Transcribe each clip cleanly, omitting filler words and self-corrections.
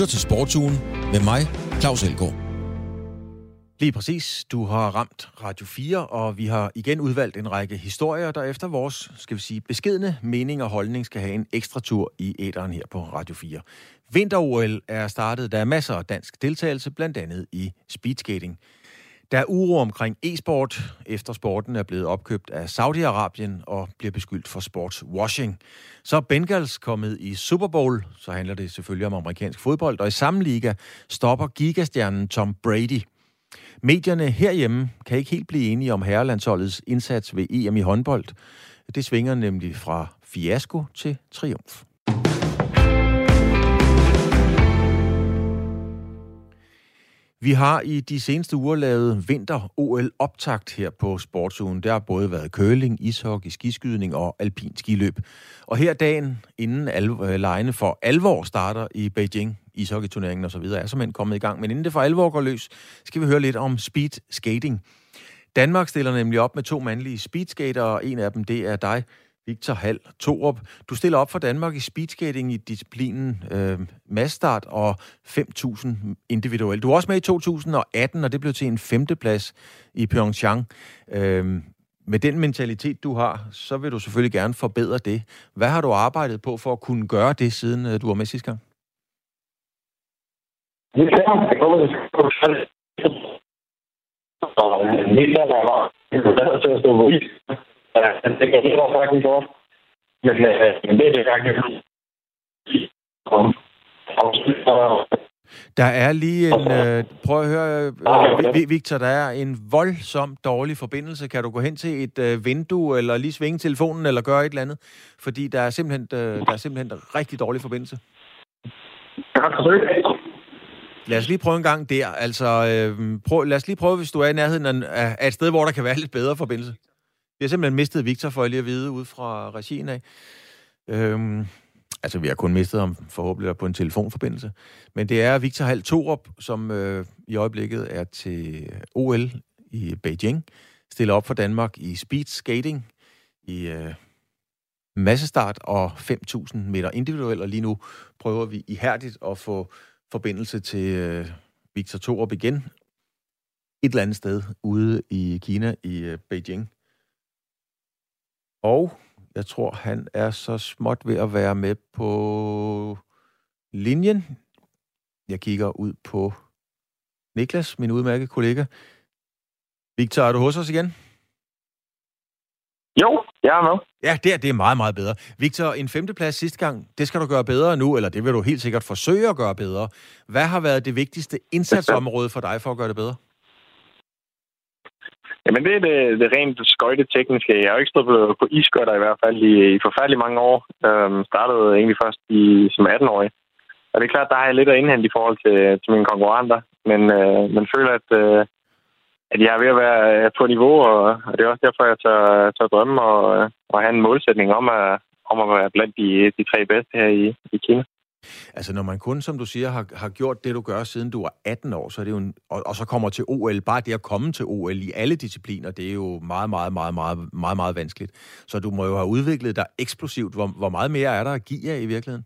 til Sportsugen med mig, Claus Elgaard. Lige præcis. Du har ramt Radio 4, og vi har igen udvalgt en række historier, der efter vores, beskedne mening og holdning skal have en ekstra tur i æteren her på Radio 4. Vinter-OL er startet. Der er masser af dansk deltagelse, blandt andet i speedskating. Der er uro omkring e-sport, efter sporten er blevet opkøbt af Saudi-Arabien og bliver beskyldt for sportswashing. Så er Bengals kommet i Super Bowl, så handler det selvfølgelig om amerikansk fodbold, og i samme liga stopper gigastjernen Tom Brady. Medierne herhjemme kan ikke helt blive enige om herrelandsholdets indsats ved EM i håndbold. Det svinger nemlig fra fiasko til triumf. Vi har i de seneste uger lavet vinter-OL-optakt her på Sportsugen. Der har både været curling, ishockey, skiskydning og alpin skiløb. Og her dagen inden legene for alvor starter i Beijing, ishockeyturneringen og så videre, er simpelthen kommet i gang. Men inden det for alvor går løs, skal vi høre lidt om speed skating. Danmark stiller nemlig op med 2 mandlige speedskater, og en af dem, det er dig, Victor Hall Thorup. Du stiller op for Danmark i speedskating i disciplinen massestart og 5.000 individuelt. Du var også med i 2018, og det blev til en 5. plads i Pyeongchang. Med den mentalitet, du har, så vil du selvfølgelig gerne forbedre det. Hvad har du arbejdet på for at kunne gøre det, siden du var med sidste gang? Det kan ikke være faktisk godt. Men det er det faktisk. Der er lige en... prøv at høre, Victor, der er en voldsom dårlig forbindelse. Kan du gå hen til et vindue, eller lige svinge telefonen, eller gøre et eller andet? Fordi der er simpelthen en rigtig dårlig forbindelse. Lad os lige prøve en gang der. Altså, lad os lige prøve, hvis du er i nærheden af et sted, hvor der kan være lidt bedre forbindelse. Vi har simpelthen mistet Victor, for lige at vide, ud fra regien af. Vi har kun mistet ham forhåbentlig på en telefonforbindelse. Men det er Victor Hall Thorup, som i øjeblikket er til OL i Beijing. Stiller op for Danmark i speed skating, i massestart og 5.000 meter individuelt. Og lige nu prøver vi ihærdigt at få forbindelse til Victor Thorup igen. Et eller andet sted ude i Kina, i Beijing. Og jeg tror, han er så småt ved at være med på linjen. Jeg kigger ud på Niklas, min udmærkede kollega. Victor, er du hos os igen? Jo, jeg er med. Ja, det er meget, meget bedre. Victor, en 5. plads sidste gang, det skal du gøre bedre nu, eller det vil du helt sikkert forsøge at gøre bedre. Hvad har været det vigtigste indsatsområde for dig for at gøre det bedre? Jamen, det er det rent skøjtetekniske. Jeg har jo ikke stået på isskøjter i hvert fald i forfærdelig mange år. Startede egentlig først som 18-årig. Og det er klart, der har jeg lidt at indhente i forhold til mine konkurrenter. Men man føler, at jeg er ved at være på niveau, og det er også derfor, jeg tør drømme og have en målsætning om at være blandt de 3 bedste her i Kina. Altså, når man kun, som du siger, har gjort det, du gør, siden du var 18 år, så er det jo og så kommer til OL. Bare det at komme til OL i alle discipliner, det er jo meget, meget, meget, meget, meget, meget vanskeligt. Så du må jo have udviklet dig eksplosivt. Hvor meget mere er der at give jer i virkeligheden?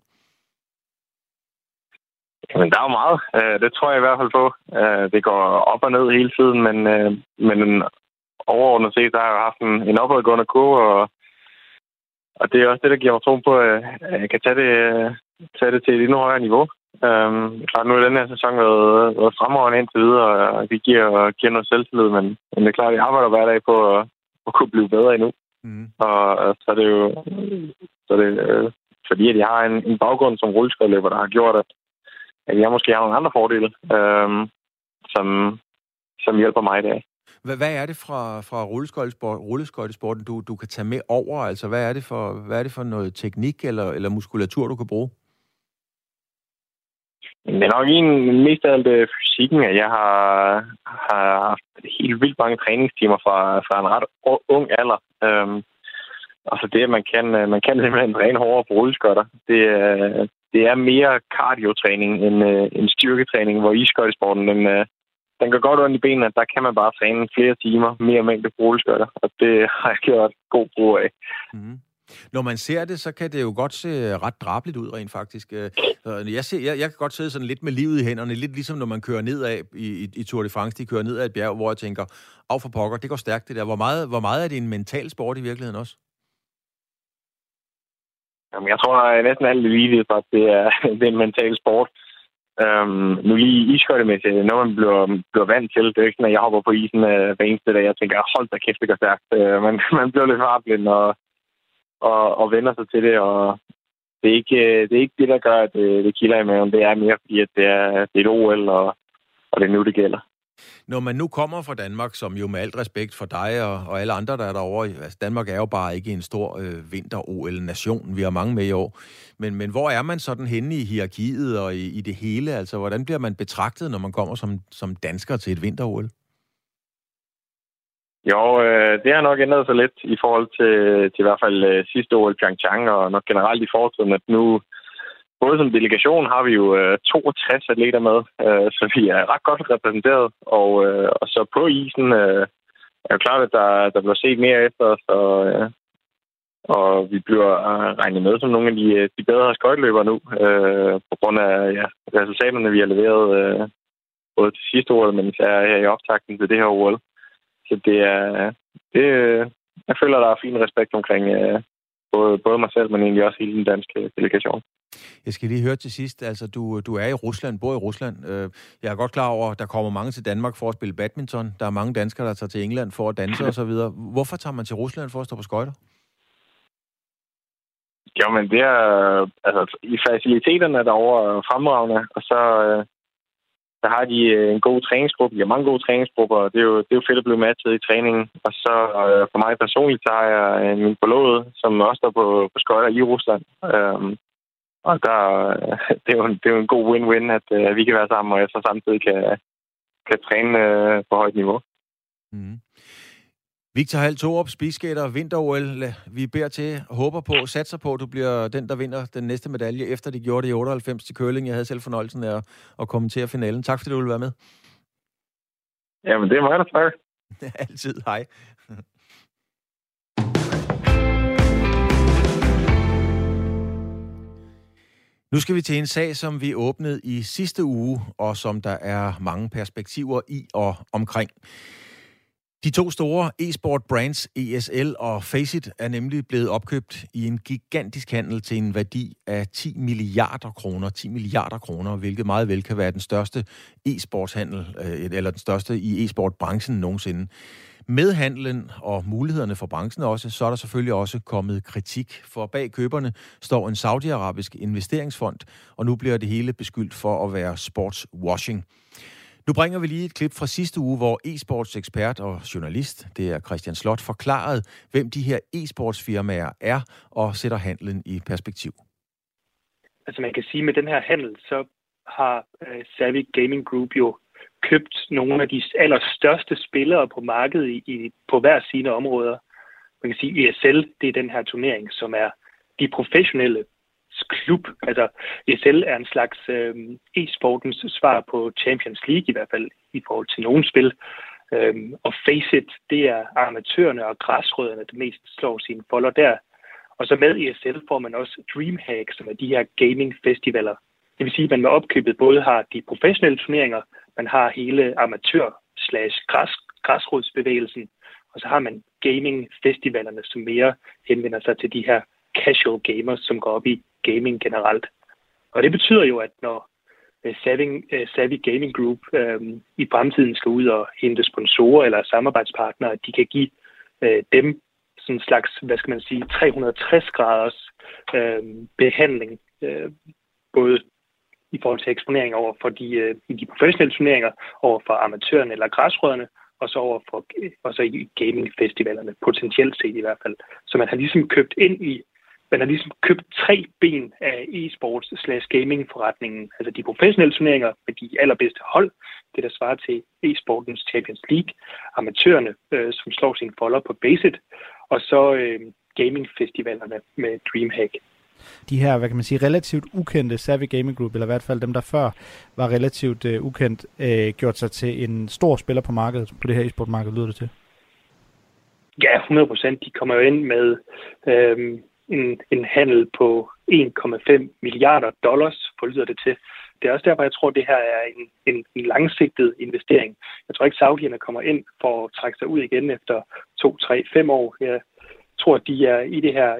Jamen, der er jo meget. Det tror jeg i hvert fald på. Det går op og ned hele tiden, men overordnet set, der har jeg jo haft en opadgående kurve, og det er også det, der giver mig tro på, at jeg kan tage det til et endnu højere niveau. Klart, nu er den her sæson været fremragende indtil videre, og det giver noget selvtillid, men det er klart, at jeg arbejder hver dag på at kunne blive bedre endnu. Mm. Og så er det jo fordi, at jeg har en baggrund som rulleskøjteløber, der har gjort, at jeg måske har nogle andre fordele, som hjælper mig i dag. Hvad er det fra rulleskøjtesporten, du kan tage med over? Altså, hvad er det for noget teknik eller muskulatur, du kan bruge? Det er nok mest af alt fysikken, at jeg har haft helt vildt mange træningstimer fra en ret ung alder. Og så det, at man kan simpelthen træne hårdere på rulleskøjter, det er mere cardiotræning end styrketræning, hvor isskøjtesporten, den går godt under i benene. Der kan man bare træne flere timer, mere mængde på rulleskøjter, og det har jeg gjort god brug af. Mm. Når man ser det, så kan det jo godt se ret drabeligt ud rent faktisk. Jeg kan godt sidde sådan lidt med livet i hænderne, lidt ligesom når man kører nedad i Tour de France, de kører nedad et bjerg, hvor jeg tænker, af for pokker, det går stærkt det der. Hvor meget er det en mental sport i virkeligheden også? Jamen, jeg tror, at næsten alle elite, at det er en mental sport. Nu lige isskøjtemæssigt, når man bliver vant til, det er ikke sådan, at jeg hopper på isen hver eneste dag, jeg tænker, hold da kæft, det går stærkt. Man bliver lidt fartblind og vender sig til det, og det er ikke det, der gør, at det kilder i maven. Det er mere, fordi at det er et OL, og det er nu, det gælder. Når man nu kommer fra Danmark, som jo med alt respekt for dig og alle andre, der er derovre, altså Danmark er jo bare ikke en stor vinter-OL-nation. Vi har mange med i år. Men hvor er man sådan henne i hierarkiet og i det hele? Altså, hvordan bliver man betragtet, når man kommer som dansker til et vinter-OL? Jo, det har nok ændret sig lidt i forhold til i hvert fald sidste OL Pyeongchang, og nok generelt i fortiden, at nu både som delegation har vi jo 62 atleter med, så vi er ret godt repræsenteret. Og så på isen er jo klart, at der bliver set mere efter os, og vi bliver regnet med som nogle af de bedre skøjteløbere nu, på grund af resultaterne, vi har leveret både til sidste OL, men især her i optakten til det her OL. Så jeg føler, der er fin respekt omkring både mig selv, men egentlig også hele den danske delegation. Jeg skal lige høre til sidst, altså du er i Rusland, bor i Rusland. Jeg er godt klar over, at der kommer mange til Danmark for at spille badminton. Der er mange danskere, der tager til England for at danse og så videre. Hvorfor tager man til Rusland for at stå på skøjter? Jamen, det er altså i faciliteterne derovre fremragende, og så har de en god træningsgruppe. De har mange gode træningsgrupper, og det er jo fedt at blive matchet i træningen. Og så for mig personligt, så har jeg min forlovede, som også står på skøjter i Rusland. Og det er jo en god win-win, at vi kan være sammen, og jeg så samtidig kan træne på højt niveau. Mm. Victor Hall Thorup, speedskater, vinter-OL. Vi beder til, håber på, satser på, at du bliver den, der vinder den næste medalje, efter de gjorde det i 98 til curling. Jeg havde selv fornøjelsen af at kommentere finalen. Tak, fordi du ville være med. Jamen, det er mig, der takker. Altid. Hej. Nu skal vi til en sag, som vi åbnede i sidste uge, og som der er mange perspektiver i og omkring. De to store e-sport brands, ESL og Faceit, er nemlig blevet opkøbt i en gigantisk handel til en værdi af 10 milliarder kroner. 10 milliarder kroner, hvilket meget vel kan være den største e-sportshandel, eller den største i e-sportbranchen nogensinde. Med handlen og mulighederne for branchen også, så er der selvfølgelig også kommet kritik. For bag køberne står en saudiarabisk investeringsfond, og nu bliver det hele beskyldt for at være sportswashing. Nu bringer vi lige et klip fra sidste uge, hvor e-sports ekspert og journalist, det er Christian Slot, forklarede, hvem de her e-sportsfirmaer er, og sætter handlen i perspektiv. Altså man kan sige, at med den her handel, så har Savvy Gaming Group jo købt nogle af de allerstørste spillere på markedet på hver sine områder. Man kan sige, at ESL, det er den her turnering, som er de professionelle klub. Altså ESL er en slags e-sportens svar på Champions League, i hvert fald i forhold til nogle spil. Og Faceit, det er amatørerne og græsrødderne, der mest slår sine folder der. Og så med ESL får man også DreamHack, som er de her gaming-festivaler. Det vil sige, at man med opkøbet både har de professionelle turneringer, man har hele amatør/græsrodsbevægelsen, og så har man gaming-festivalerne, som mere henvender sig til de her casual gamers, som går op i gaming generelt. Og det betyder jo, at når Savvy Gaming Group i fremtiden skal ud og hente sponsorer eller samarbejdspartnere, at de kan give dem sådan en slags, 360-graders behandling, både i forhold til eksponering over for de professionelle turneringer, over for amatørerne eller græsrødderne, og så i gaming-festivalerne, potentielt set i hvert fald. Så man har ligesom købt 3 ben af e-sports/gaming-forretningen, altså de professionelle turneringer med de allerbedste hold, det der svarer til e-sportens Champions League, amatørerne, som slår sine folder på Faceit, og så gaming-festivalerne med DreamHack. De her, relativt ukendte Savvy Gaming Group, eller i hvert fald dem, der før var relativt ukendt, gjort sig til en stor spiller på markedet, på det her e-sportmarked, lyder det til? Ja, 100%. De kommer jo ind med en handel på $1,5 milliarder, forlyder det til. Det er også derfor, jeg tror, det her er en langsigtet investering. Jeg tror ikke, saudierne kommer ind for at trække sig ud igen efter 2, 3, 5 år. Jeg tror, at de er i det her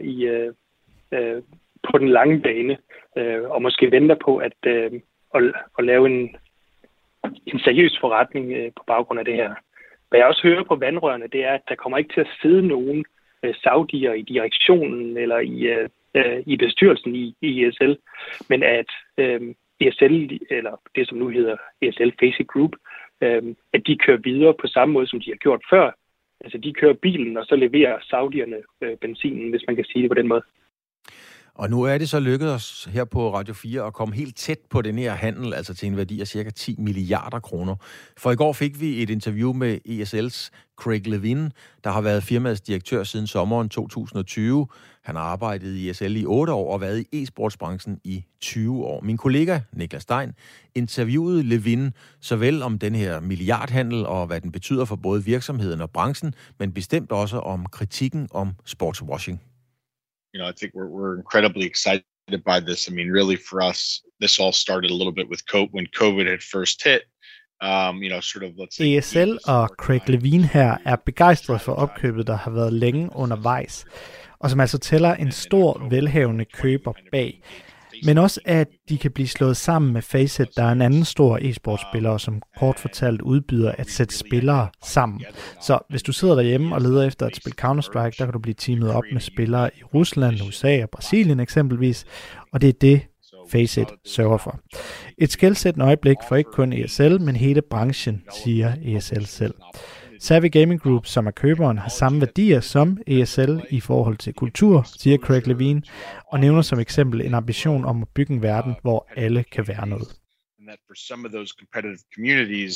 på den lange bane, og måske venter på at lave en seriøs forretning på baggrund af det her. Hvad jeg også hører på vandrørene, det er, at der kommer ikke til at sidde nogen saudier i direktionen eller i bestyrelsen i ESL, men at ESL, eller det som nu hedder ESL Faceit Group, at de kører videre på samme måde, som de har gjort før. Altså de kører bilen, og så leverer saudierne benzinen, hvis man kan sige det på den måde. Og nu er det så lykkedes os her på Radio 4 at komme helt tæt på den her handel, altså til en værdi af cirka 10 milliarder kroner. For i går fik vi et interview med ESL's Craig Levin, der har været firmaets direktør siden sommeren 2020. Han har arbejdet i ESL i 8 år og været i e-sportsbranchen i 20 år. Min kollega Niklas Stein interviewede Levin såvel om den her milliardhandel og hvad den betyder for både virksomheden og branchen, men bestemt også om kritikken om sportswashing. I think we're incredibly excited by this. I mean, really for us, this all started a little bit with when COVID had first hit. Sort of, let's say, ESL og Craig Levin her er begejstret for opkøbet, der har været længe undervejs, og som altså tæller en stor, velhavende køber bag. Men også, at de kan blive slået sammen med Faceit, der er en anden stor e-sportspiller, som kort fortalt udbyder at sætte spillere sammen. Så hvis du sidder derhjemme og leder efter at spille Counter-Strike, der kan du blive teamet op med spillere i Rusland, USA og Brasilien eksempelvis, og det er det, Faceit sørger for. Et skelsættende øjeblik for ikke kun ESL, men hele branchen, siger ESL selv. Savvy Gaming Group, som er køberen, har samme værdier som ESL i forhold til kultur, siger Craig Levin, og nævner som eksempel en ambition om at bygge en verden, hvor alle kan være noget. And that for some of those competitive communities,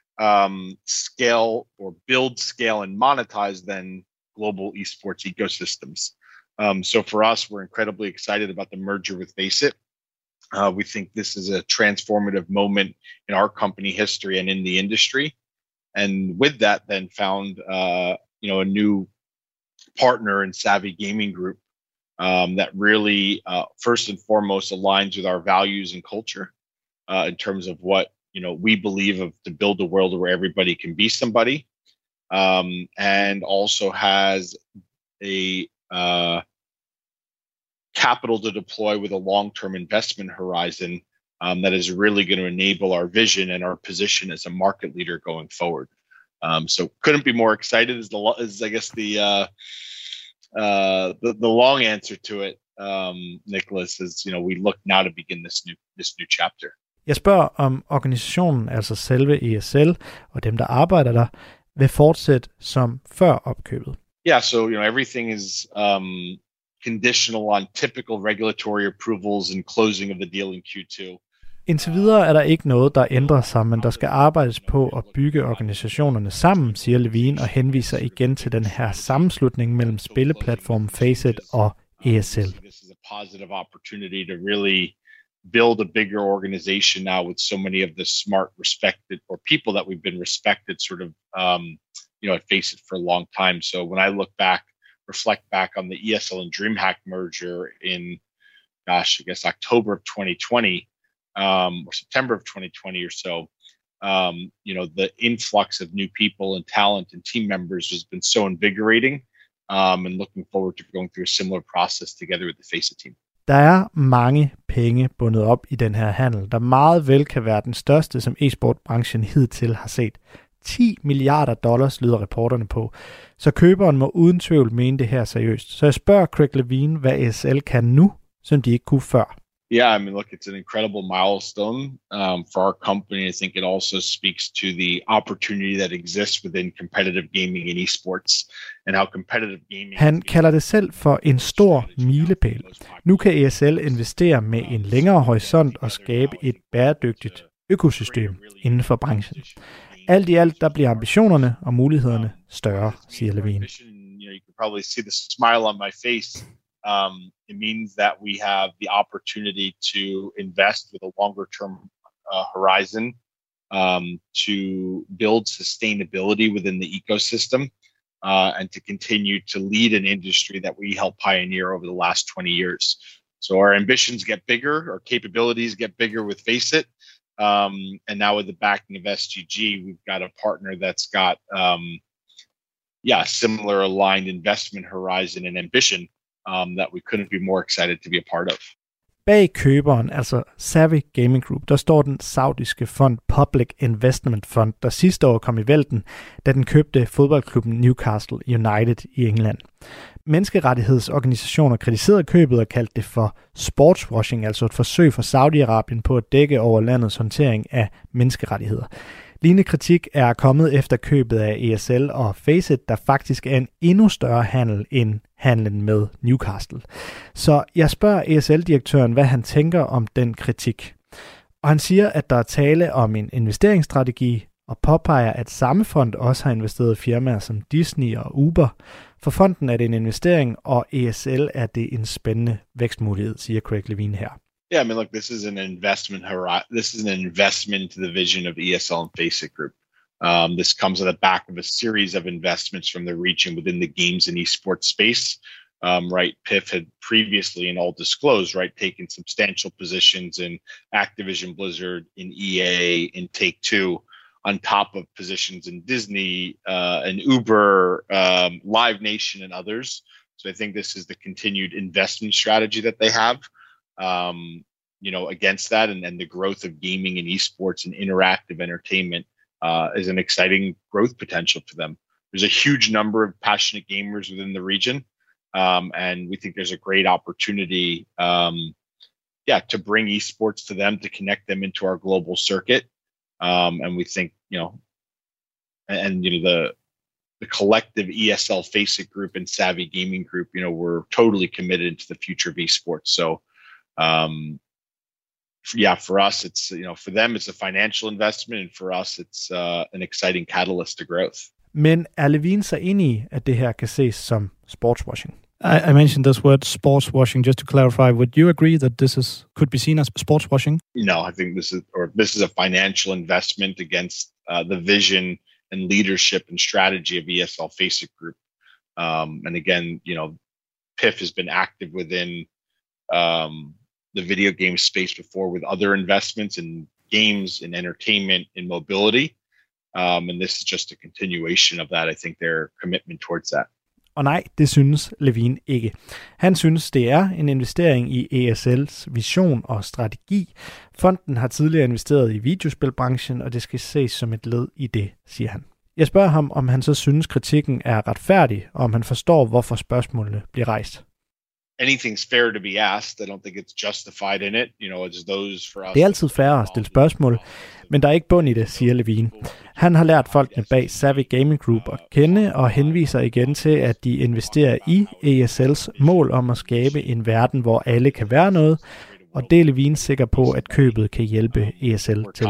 scale or build, scale and monetize then global esports ecosystems. So for us, we're incredibly excited about the merger with Faceit. We think this is a transformative moment in our company history and in the industry. And with that, then found a new partner in Savvy Gaming Group that really, first and foremost, aligns with our values and culture in terms of what we believe of to build a world where everybody can be somebody, and also has a capital to deploy with a long-term investment horizon. That is really going to enable our vision and our position as a market leader going forward. So couldn't be more excited is I guess the long answer to it, Nicholas, is we look now to begin this new chapter. Jeg spørger om organisationen, altså selve ESL og dem der arbejder der, vil fortsætte som før opkøbet. Yeah, so everything is conditional on typical regulatory approvals and closing of the deal in Q2. Indtil videre er der ikke noget, der ændrer sig, men der skal arbejdes på at bygge organisationerne sammen, siger Levin, og henviser igen til den her sammenslutning mellem spilleplatformen Faceit og ESL. This is a positive opportunity to really build a bigger organization now with so many of the smart, respected, or people that we've been respected sort of, at Faceit for a long time. So when I reflect back on the ESL and DreamHack merger in, I guess October of 2020, or September of 2020 or so, the influx of new people and talent and team members has been so invigorating, and looking forward to going through a similar process together with the Faceit team. Der er mange penge bundet op i den her handel, der meget vel kan være den største, som e-sportbranchen hidtil har set. $10 milliarder lyder reporterne på, så køberen må uden tvivl mene det her seriøst. Så jeg spørger Craig Levin, hvad ESL kan nu, som de ikke kunne før. Yeah, I mean, look, it's an incredible milestone for our company. I think it also speaks to the opportunity that exists within competitive gaming and esports, and how competitive gaming. Han kalder det selv for en stor milepæl. Nu kan ESL investere med en længere horisont og skabe et bæredygtigt økosystem inden for branchen. Alt i alt, der bliver ambitionerne og mulighederne større, siger Levin. You can probably see the smile on my face. It means that we have the opportunity to invest with a longer term horizon, to build sustainability within the ecosystem, and to continue to lead an industry that we helped pioneer over the last 20 years. So our ambitions get bigger, our capabilities get bigger with Faceit. And now with the backing of SGG, we've got a partner that's got, similar aligned investment horizon and ambition that we couldn't be more excited to be a part of. Bag køberen, altså Savvy Gaming Group, der står den saudiske fond Public Investment Fund, der sidste år kom i vælten, da den købte fodboldklubben Newcastle United i England. Menneskerettighedsorganisationer kritiserede købet og kaldte det for sportswashing, altså et forsøg for Saudi-Arabien på at dække over landets håndtering af menneskerettigheder. Lignende kritik er kommet efter købet af ESL og Faceit, der faktisk er en endnu større handel end handlen med Newcastle. Så jeg spørger ESL-direktøren, hvad han tænker om den kritik. Og han siger, at der er tale om en investeringsstrategi, og påpeger, at samme fond også har investeret i firmaer som Disney og Uber. For fonden er det en investering, og ESL er det en spændende vækstmulighed, siger Craig Levine her. Yeah, I mean, look, this is an investment. This is an investment into the vision of ESL and Faceit Group. This comes on the back of a series of investments from the region within the games and esports space. Right, PIF had previously, and all disclosed, right, taken substantial positions in Activision Blizzard, in EA, in Take-Two, on top of positions in Disney, and Uber, Live Nation, and others. So I think this is the continued investment strategy that they have. Against that, and the growth of gaming and esports and interactive entertainment is an exciting growth potential for them. There's a huge number of passionate gamers within the region, and we think there's a great opportunity, to bring esports to them, to connect them into our global circuit, and we think, the collective ESL Faceit Group and Savvy Gaming Group, we're totally committed to the future of esports. So. For us, it's, for them, it's a financial investment, and for us, it's an exciting catalyst to growth. Men er Levine så enig i, at det her kan ses som sportswashing? I mentioned this word sportswashing. Just to clarify, would you agree that this could be seen as sportswashing? No, I think this is a financial investment against the vision and leadership and strategy of ESL Faceit Group. And again, PIF has been active within the video game space before with other investments in games, in entertainment, in mobility. And this is just a continuation of that. I think their commitment towards that. Og nej, det synes Levine ikke. Han synes, det er en investering i ESL's vision og strategi. Fonden har tidligere investeret i videospilbranchen, og det skal ses som et led i det, siger han. Jeg spørger ham, om han så synes, kritikken er retfærdig, og om han forstår, hvorfor spørgsmålene bliver rejst. Anything's fair to be asked. I don't think it's justified in it. It's those for us. Det er altid fair at stille spørgsmål, men der er ikke bund i det, siger Levine. Han har lært folkene bag Savvy Gaming Group at kende og henviser igen til, at de investerer i ESL's mål om at skabe en verden, hvor alle kan være noget, og det er Levine sikker på, at købet kan hjælpe ESL til.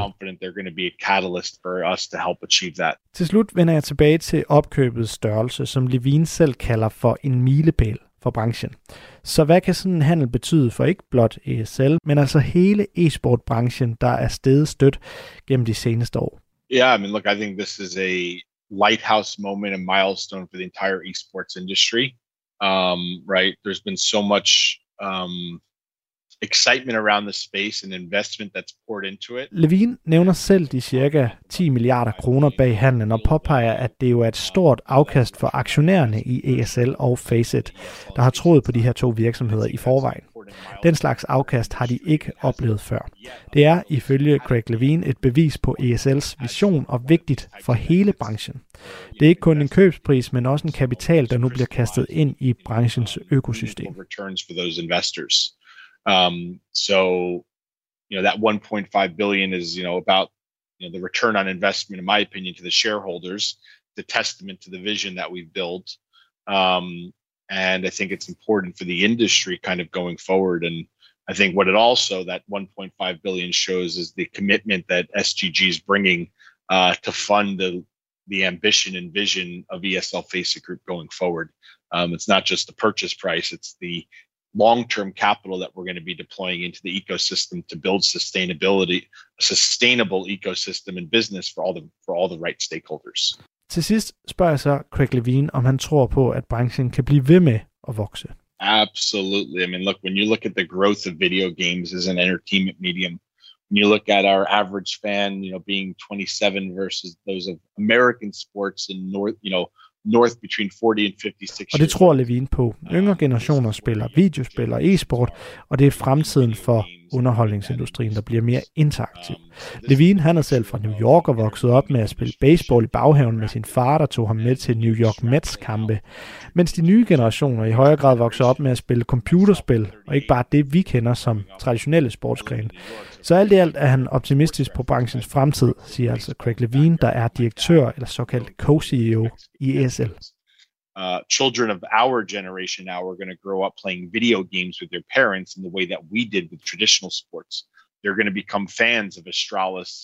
Til slut vender jeg tilbage til opkøbets størrelse, som Levine selv kalder for en milepæl for branchen. Så hvad kan sådan en handel betyde for ikke blot ESL, men altså hele e-sport-branchen, der er steget stødt gennem de seneste år? Yeah, I mean, look, I think this is a lighthouse moment, a milestone for the entire esports industry. Right? There's been so much excitement around the space and investment that's poured into it. Levine nævner selv de cirka 10 milliarder kroner bag handlen og påpeger, at det jo er et stort afkast for aktionærerne i ESL og Faceit, der har troet på de her to virksomheder i forvejen. Den slags afkast har de ikke oplevet før. Det er ifølge Craig Levine et bevis på ESL's vision og vigtigt for hele branchen. Det er ikke kun en købspris, men også en kapital, der nu bliver kastet ind i branchens økosystem. That 1.5 billion is, about, the return on investment, in my opinion, to the shareholders, the testament to the vision that we've built. And I think it's important for the industry kind of going forward. And I think what it also, that 1.5 billion shows is the commitment that SGG is bringing to fund the ambition and vision of ESL Faceit Group going forward. It's not just the purchase price, it's the long-term capital that we're going to be deploying into the ecosystem to build a sustainable ecosystem and business for all the right stakeholders. Til sidst spørger jeg så Craig Levine, om han tror på, at branchen kan blive ved med at vokse. Absolutely. I mean, look, when you look at the growth of video games as an entertainment medium, when you look at our average fan, being 27 versus those of American sports in north between 40 and 56 Og det tror Levine på. Yngre generationer spiller videospil og e-sport, og det er fremtiden for underholdningsindustrien, der bliver mere interaktiv. Levine, han er selv fra New York og vokset op med at spille baseball i baghaven med sin far, der tog ham med til New York Mets kampe. Mens de nye generationer i højere grad vokser op med at spille computerspil, og ikke bare det, vi kender som traditionelle sportsgrene. Så alt i alt er han optimistisk på branchens fremtid, siger altså Craig Levine, der er direktør eller såkaldt co-CEO i ESL. Children of our generation now are going to grow up playing video games with their parents in the way that we did with traditional sports. They're going to become fans of Astralis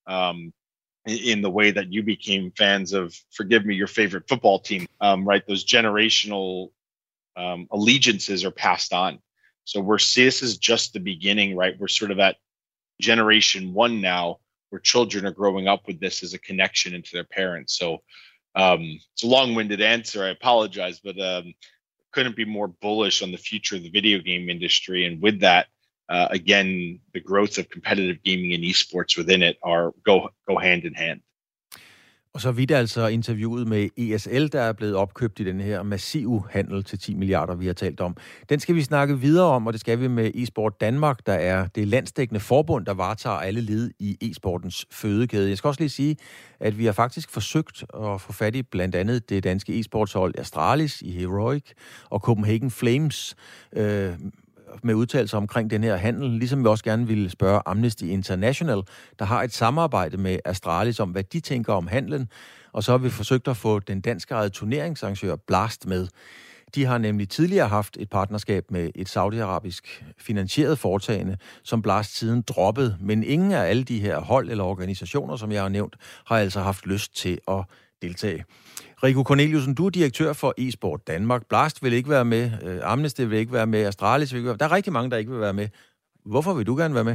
in the way that you became fans of, forgive me, your favorite football team, right? Those generational allegiances are passed on. So this is just the beginning, right? We're sort of at generation 1 now, where children are growing up with this as a connection into their parents. So it's a long-winded answer. I apologize, but couldn't be more bullish on the future of the video game industry. And with that, again, the growth of competitive gaming and esports within it go hand in hand. Og så vidt altså interviewet med ESL, der er blevet opkøbt i den her massive handel til 10 milliarder, vi har talt om. Den skal vi snakke videre om, og det skal vi med eSport Danmark, der er det landsdækkende forbund, der varetager alle led i e-sportens fødekæde. Jeg skal også lige sige, at vi har faktisk forsøgt at få fat i blandt andet det danske e-sportshold Astralis i Heroic og Copenhagen Flames med udtalelser omkring den her handel, ligesom vi også gerne ville spørge Amnesty International, der har et samarbejde med Astralis om, hvad de tænker om handlen, og så har vi forsøgt at få den danskejede turneringsarrangør Blast med. De har nemlig tidligere haft et partnerskab med et saudiarabisk finansieret foretagende, som Blast siden droppede, men ingen af alle de her hold eller organisationer, som jeg har nævnt, har altså haft lyst til at deltage. Rico Corneliusen, du er direktør for eSport Danmark. Blast vil ikke være med, Amnesty vil ikke være med, Astralis vil ikke være med. Der er rigtig mange, der ikke vil være med. Hvorfor vil du gerne være med?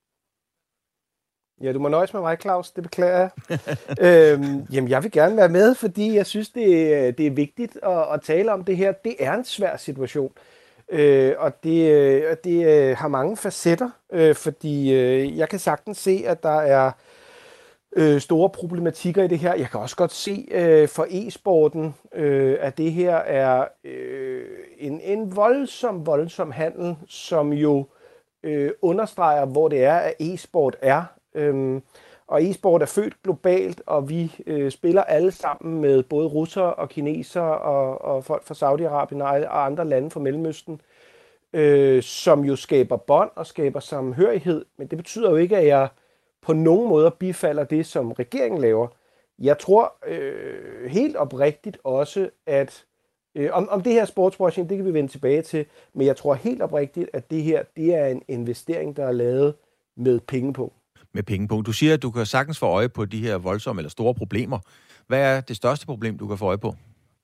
Ja, du må nøjes med mig, Claus. Det beklager jeg. Jamen, jeg vil gerne være med, fordi jeg synes, det er vigtigt at tale om det her. Det er en svær situation, og det har mange facetter, fordi jeg kan sagtens se, at der er store problematikker i det her. Jeg kan også godt se for e-sporten, at det her er en voldsom handel, som jo understreger, hvor det er, at e-sport er. Og e-sport er født globalt, og vi spiller alle sammen med både russere og kinesere og folk fra Saudi-Arabien og andre lande fra Mellemøsten, som jo skaber bånd og skaber samhørighed. Men det betyder jo ikke, at jeg på nogen måder bifalder det, som regeringen laver. Jeg tror helt oprigtigt også, at om det her sportswashing, det kan vi vende tilbage til, men jeg tror helt oprigtigt, at det her, det er en investering, der er lavet med penge på. Med penge på. Du siger, at du kan sagtens få øje på de her voldsomme eller store problemer. Hvad er det største problem, du kan få øje på?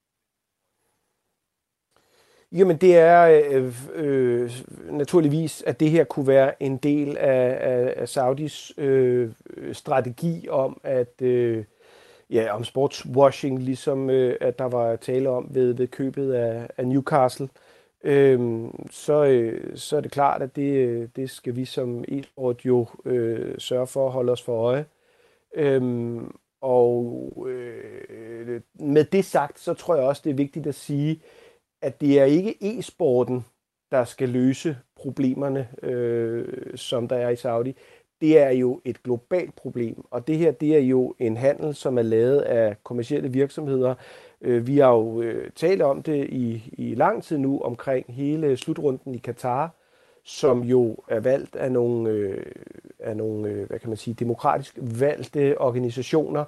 Jamen, det er naturligvis, at det her kunne være en del af Saudis strategi om, at om sportswashing, ligesom at der var tale om ved købet af Newcastle. Så er det klart, at det skal vi som e-sport jo sørge for at holde os for øje. Med det sagt, så tror jeg også, det er vigtigt at sige, at det er ikke e-sporten, der skal løse problemerne, som der er i Saudi. Det er jo et globalt problem, og det her, det er jo en handel, som er lavet af kommercielle virksomheder. Vi har jo talt om det i lang tid nu, omkring hele slutrunden i Katar, som jo er valgt af nogle hvad kan man sige, demokratisk valgte organisationer.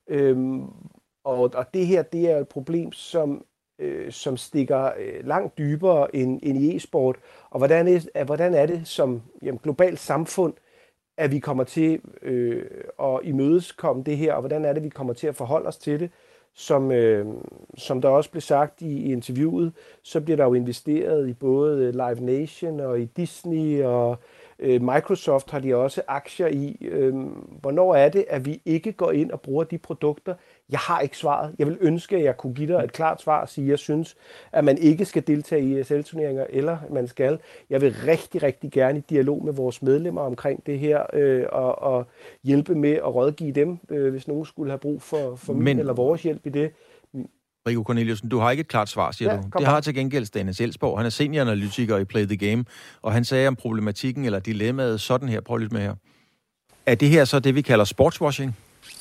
Og det her, det er et problem, som stikker langt dybere end i e-sport. Og hvordan er det som globalt samfund, at vi kommer til at imødekomme det her, og hvordan er det, vi kommer til at forholde os til det? Som der også blev sagt i interviewet, så bliver der jo investeret i både Live Nation og i Disney, og Microsoft har de også aktier i. Hvornår er det, at vi ikke går ind og bruger de produkter? Jeg har ikke svaret. Jeg vil ønske, at jeg kunne give dig et klart svar og sige, at jeg synes, at man ikke skal deltage i ESL-turneringer, eller man skal. Jeg vil rigtig, rigtig gerne i dialog med vores medlemmer omkring det her, og hjælpe med at rådgive dem, hvis nogen skulle have brug for min eller vores hjælp i det. Rico Corneliussen, du har ikke et klart svar, siger du. Det har til gengæld Stanis Elsborg. Han er senioranalytiker i Play the Game, og han sagde om problematikken eller dilemmaet sådan her. Prøv lidt med her. Er det her så det, vi kalder sportswashing?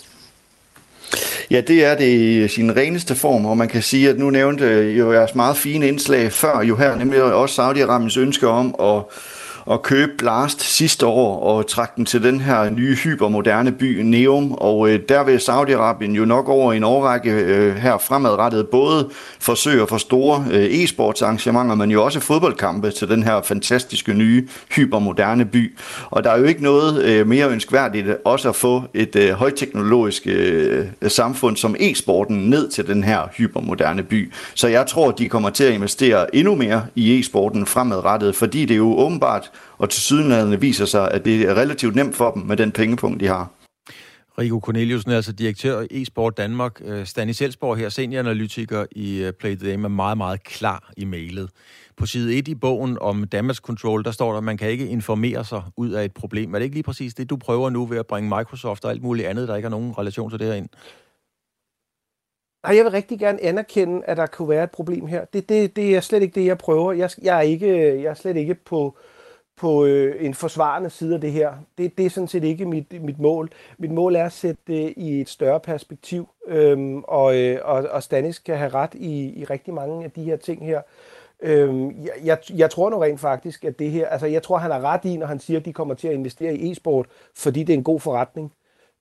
Ja, det er det i sin reneste form, og man kan sige, at nu nævnte jo jeres meget fine indslag før jo her, nemlig også Saudi-Arabiens ønske om at købe Blast sidste år og trække den til den her nye hypermoderne by Neom, og der vil Saudi-Arabien jo nok over en årrække her fremadrettet både forsøge at få store e-sportsarrangementer, men jo også fodboldkampe til den her fantastiske nye hypermoderne by. Og der er jo ikke noget mere ønskværdigt også at få et højteknologisk samfund som e-sporten ned til den her hypermoderne by. Så jeg tror, de kommer til at investere endnu mere i e-sporten fremadrettet, fordi det jo åbenbart og tilsyneladende viser sig, at det er relativt nemt for dem med den pengepunkt, de har. Rico Corneliussen, altså direktør i eSport Danmark. Stanis Elsborg her, senioranalytiker i Play the Game, er meget, meget klar i mailet. På side 1 i bogen om damage control, der står der, at man kan ikke informere sig ud af et problem. Er det ikke lige præcis det, du prøver nu ved at bringe Microsoft og alt muligt andet, der ikke har nogen relation til det her ind? Nej, jeg vil rigtig gerne anerkende, at der kunne være et problem her. Det er slet ikke det, jeg prøver. Jeg er slet ikke på en forsvarende side af det her. Det er sådan set ikke mit mål. Mit mål er at sætte det i et større perspektiv, og Stanis kan have ret i rigtig mange af de her ting her. Jeg tror nu rent faktisk, at det her, altså jeg tror, han har ret i, når han siger, at de kommer til at investere i e-sport, fordi det er en god forretning.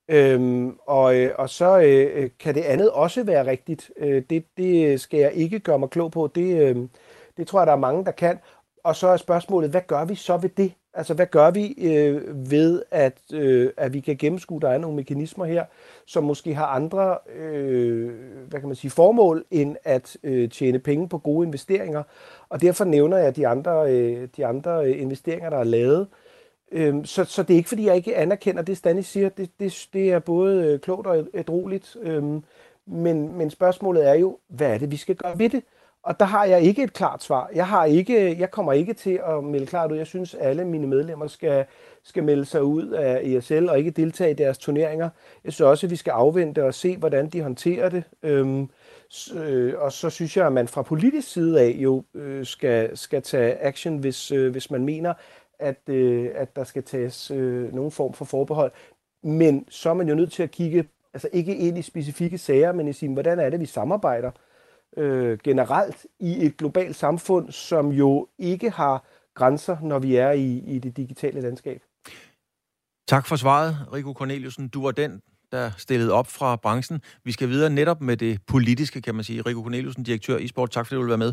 Og så kan det andet også være rigtigt. Det skal jeg ikke gøre mig klog på. Det tror jeg, der er mange, der kan. Og så er spørgsmålet, hvad gør vi så ved det? Altså, hvad gør vi ved, at vi kan gennemskue, der er nogle mekanismer her, som måske har andre formål, end at tjene penge på gode investeringer. Og derfor nævner jeg de andre investeringer, der er lavet. Så det er ikke, fordi jeg ikke anerkender det, Stanis siger. Det er både klogt og ædrueligt. Men spørgsmålet er jo, hvad er det, vi skal gøre ved det? Og der har jeg ikke et klart svar. Jeg kommer ikke til at melde klart ud. Jeg synes, alle mine medlemmer skal melde sig ud af ESL og ikke deltage i deres turneringer. Jeg synes også, at vi skal afvente og se, hvordan de håndterer det. Og så synes jeg, at man fra politisk side af jo skal tage action, hvis man mener, at der skal tages nogen form for forbehold. Men så er man jo nødt til at kigge, altså ikke ind i specifikke sager, men i sige, hvordan er det, vi samarbejder generelt i et globalt samfund, som jo ikke har grænser, når vi er i det digitale landskab. Tak for svaret, Rico Corneliussen. Du var den, der stillede op fra branchen. Vi skal videre netop med det politiske, kan man sige. Rico Corneliussen, direktør i eSport. Tak fordi du vil være med.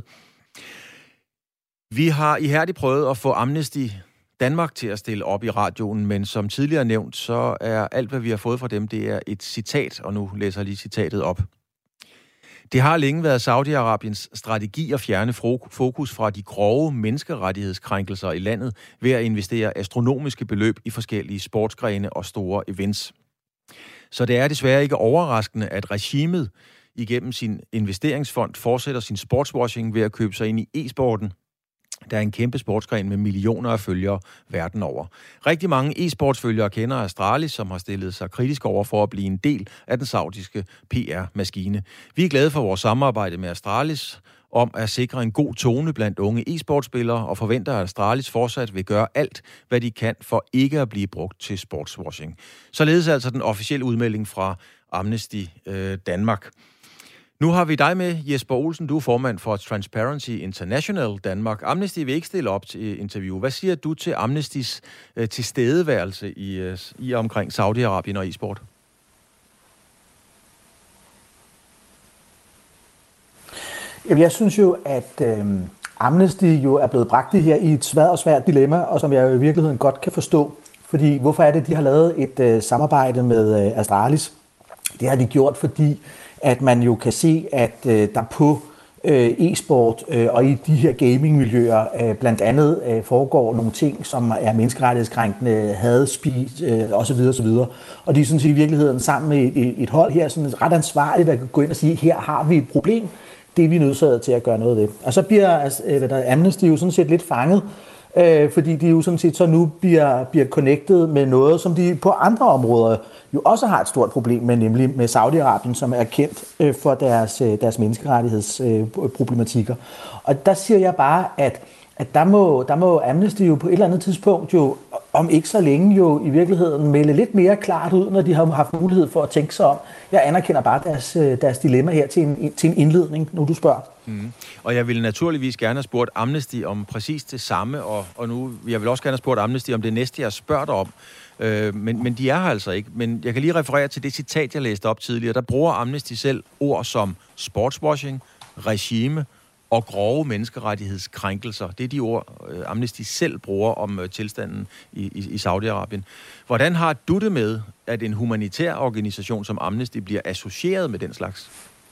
Vi har ihærdigt prøvet at få Amnesty Danmark til at stille op i radioen, men som tidligere nævnt, så er alt, hvad vi har fået fra dem, det er et citat, og nu læser jeg lige citatet op. Det har længe været Saudi-Arabiens strategi at fjerne fokus fra de grove menneskerettighedskrænkelser i landet ved at investere astronomiske beløb i forskellige sportsgrene og store events. Så det er desværre ikke overraskende, at regimet igennem sin investeringsfond fortsætter sin sportswashing ved at købe sig ind i e-sporten. Der er en kæmpe sportsgren med millioner af følgere verden over. Rigtig mange e-sportsfølgere kender Astralis, som har stillet sig kritisk over for at blive en del af den saudiske PR-maskine. Vi er glade for vores samarbejde med Astralis om at sikre en god tone blandt unge e-sportspillere og forventer, at Astralis fortsat vil gøre alt, hvad de kan for ikke at blive brugt til sportswashing. Således altså den officielle udmelding fra Amnesty Danmark. Nu har vi dig med, Jesper Olsen. Du er formand for Transparency International Danmark. Amnesty vil ikke stille op til interview. Hvad siger du til Amnestys tilstedeværelse i omkring Saudi-Arabien og e-sport? Jamen, jeg synes jo, at Amnesty jo er blevet bragt her i et svært dilemma, og som jeg jo i virkeligheden godt kan forstå. Fordi hvorfor er det, de har lavet et samarbejde med Astralis? Det har de gjort, fordi at man jo kan se, at der på e-sport og i de her gaming-miljøer blandt andet foregår nogle ting, som er menneskerettighedskrænkende, hadspis osv. osv. Og de er sådan set i virkeligheden sammen med et hold her, sådan ret ansvarligt, der kan gå ind og sige, her har vi et problem, det er vi nødsaget til at gøre noget ved. Og så bliver Amnesty jo sådan set lidt fanget, fordi de jo sådan set så nu bliver connected med noget, som de på andre områder jo også har et stort problem med, nemlig med Saudi-Arabien, som er kendt for deres menneskerettighedsproblematikker. Og der siger jeg bare, at der må Amnesty jo på et eller andet tidspunkt jo, om ikke så længe jo i virkeligheden melde lidt mere klart ud, når de har haft mulighed for at tænke sig om. Jeg anerkender bare deres dilemma her til en indledning, når du spørger. Mm. Og jeg ville naturligvis gerne have spurgt Amnesty om præcis det samme, og nu jeg vil også gerne have spurgt Amnesty om det næste, jeg spørger dig om. Men de er her altså ikke. Men jeg kan lige referere til det citat, jeg læste op tidligere. Der bruger Amnesty selv ord som sportswashing, regime og grove menneskerettighedskrænkelser. Det er de ord, Amnesty selv bruger om tilstanden i Saudi-Arabien. Hvordan har du det med, at en humanitær organisation som Amnesty bliver associeret med den slags?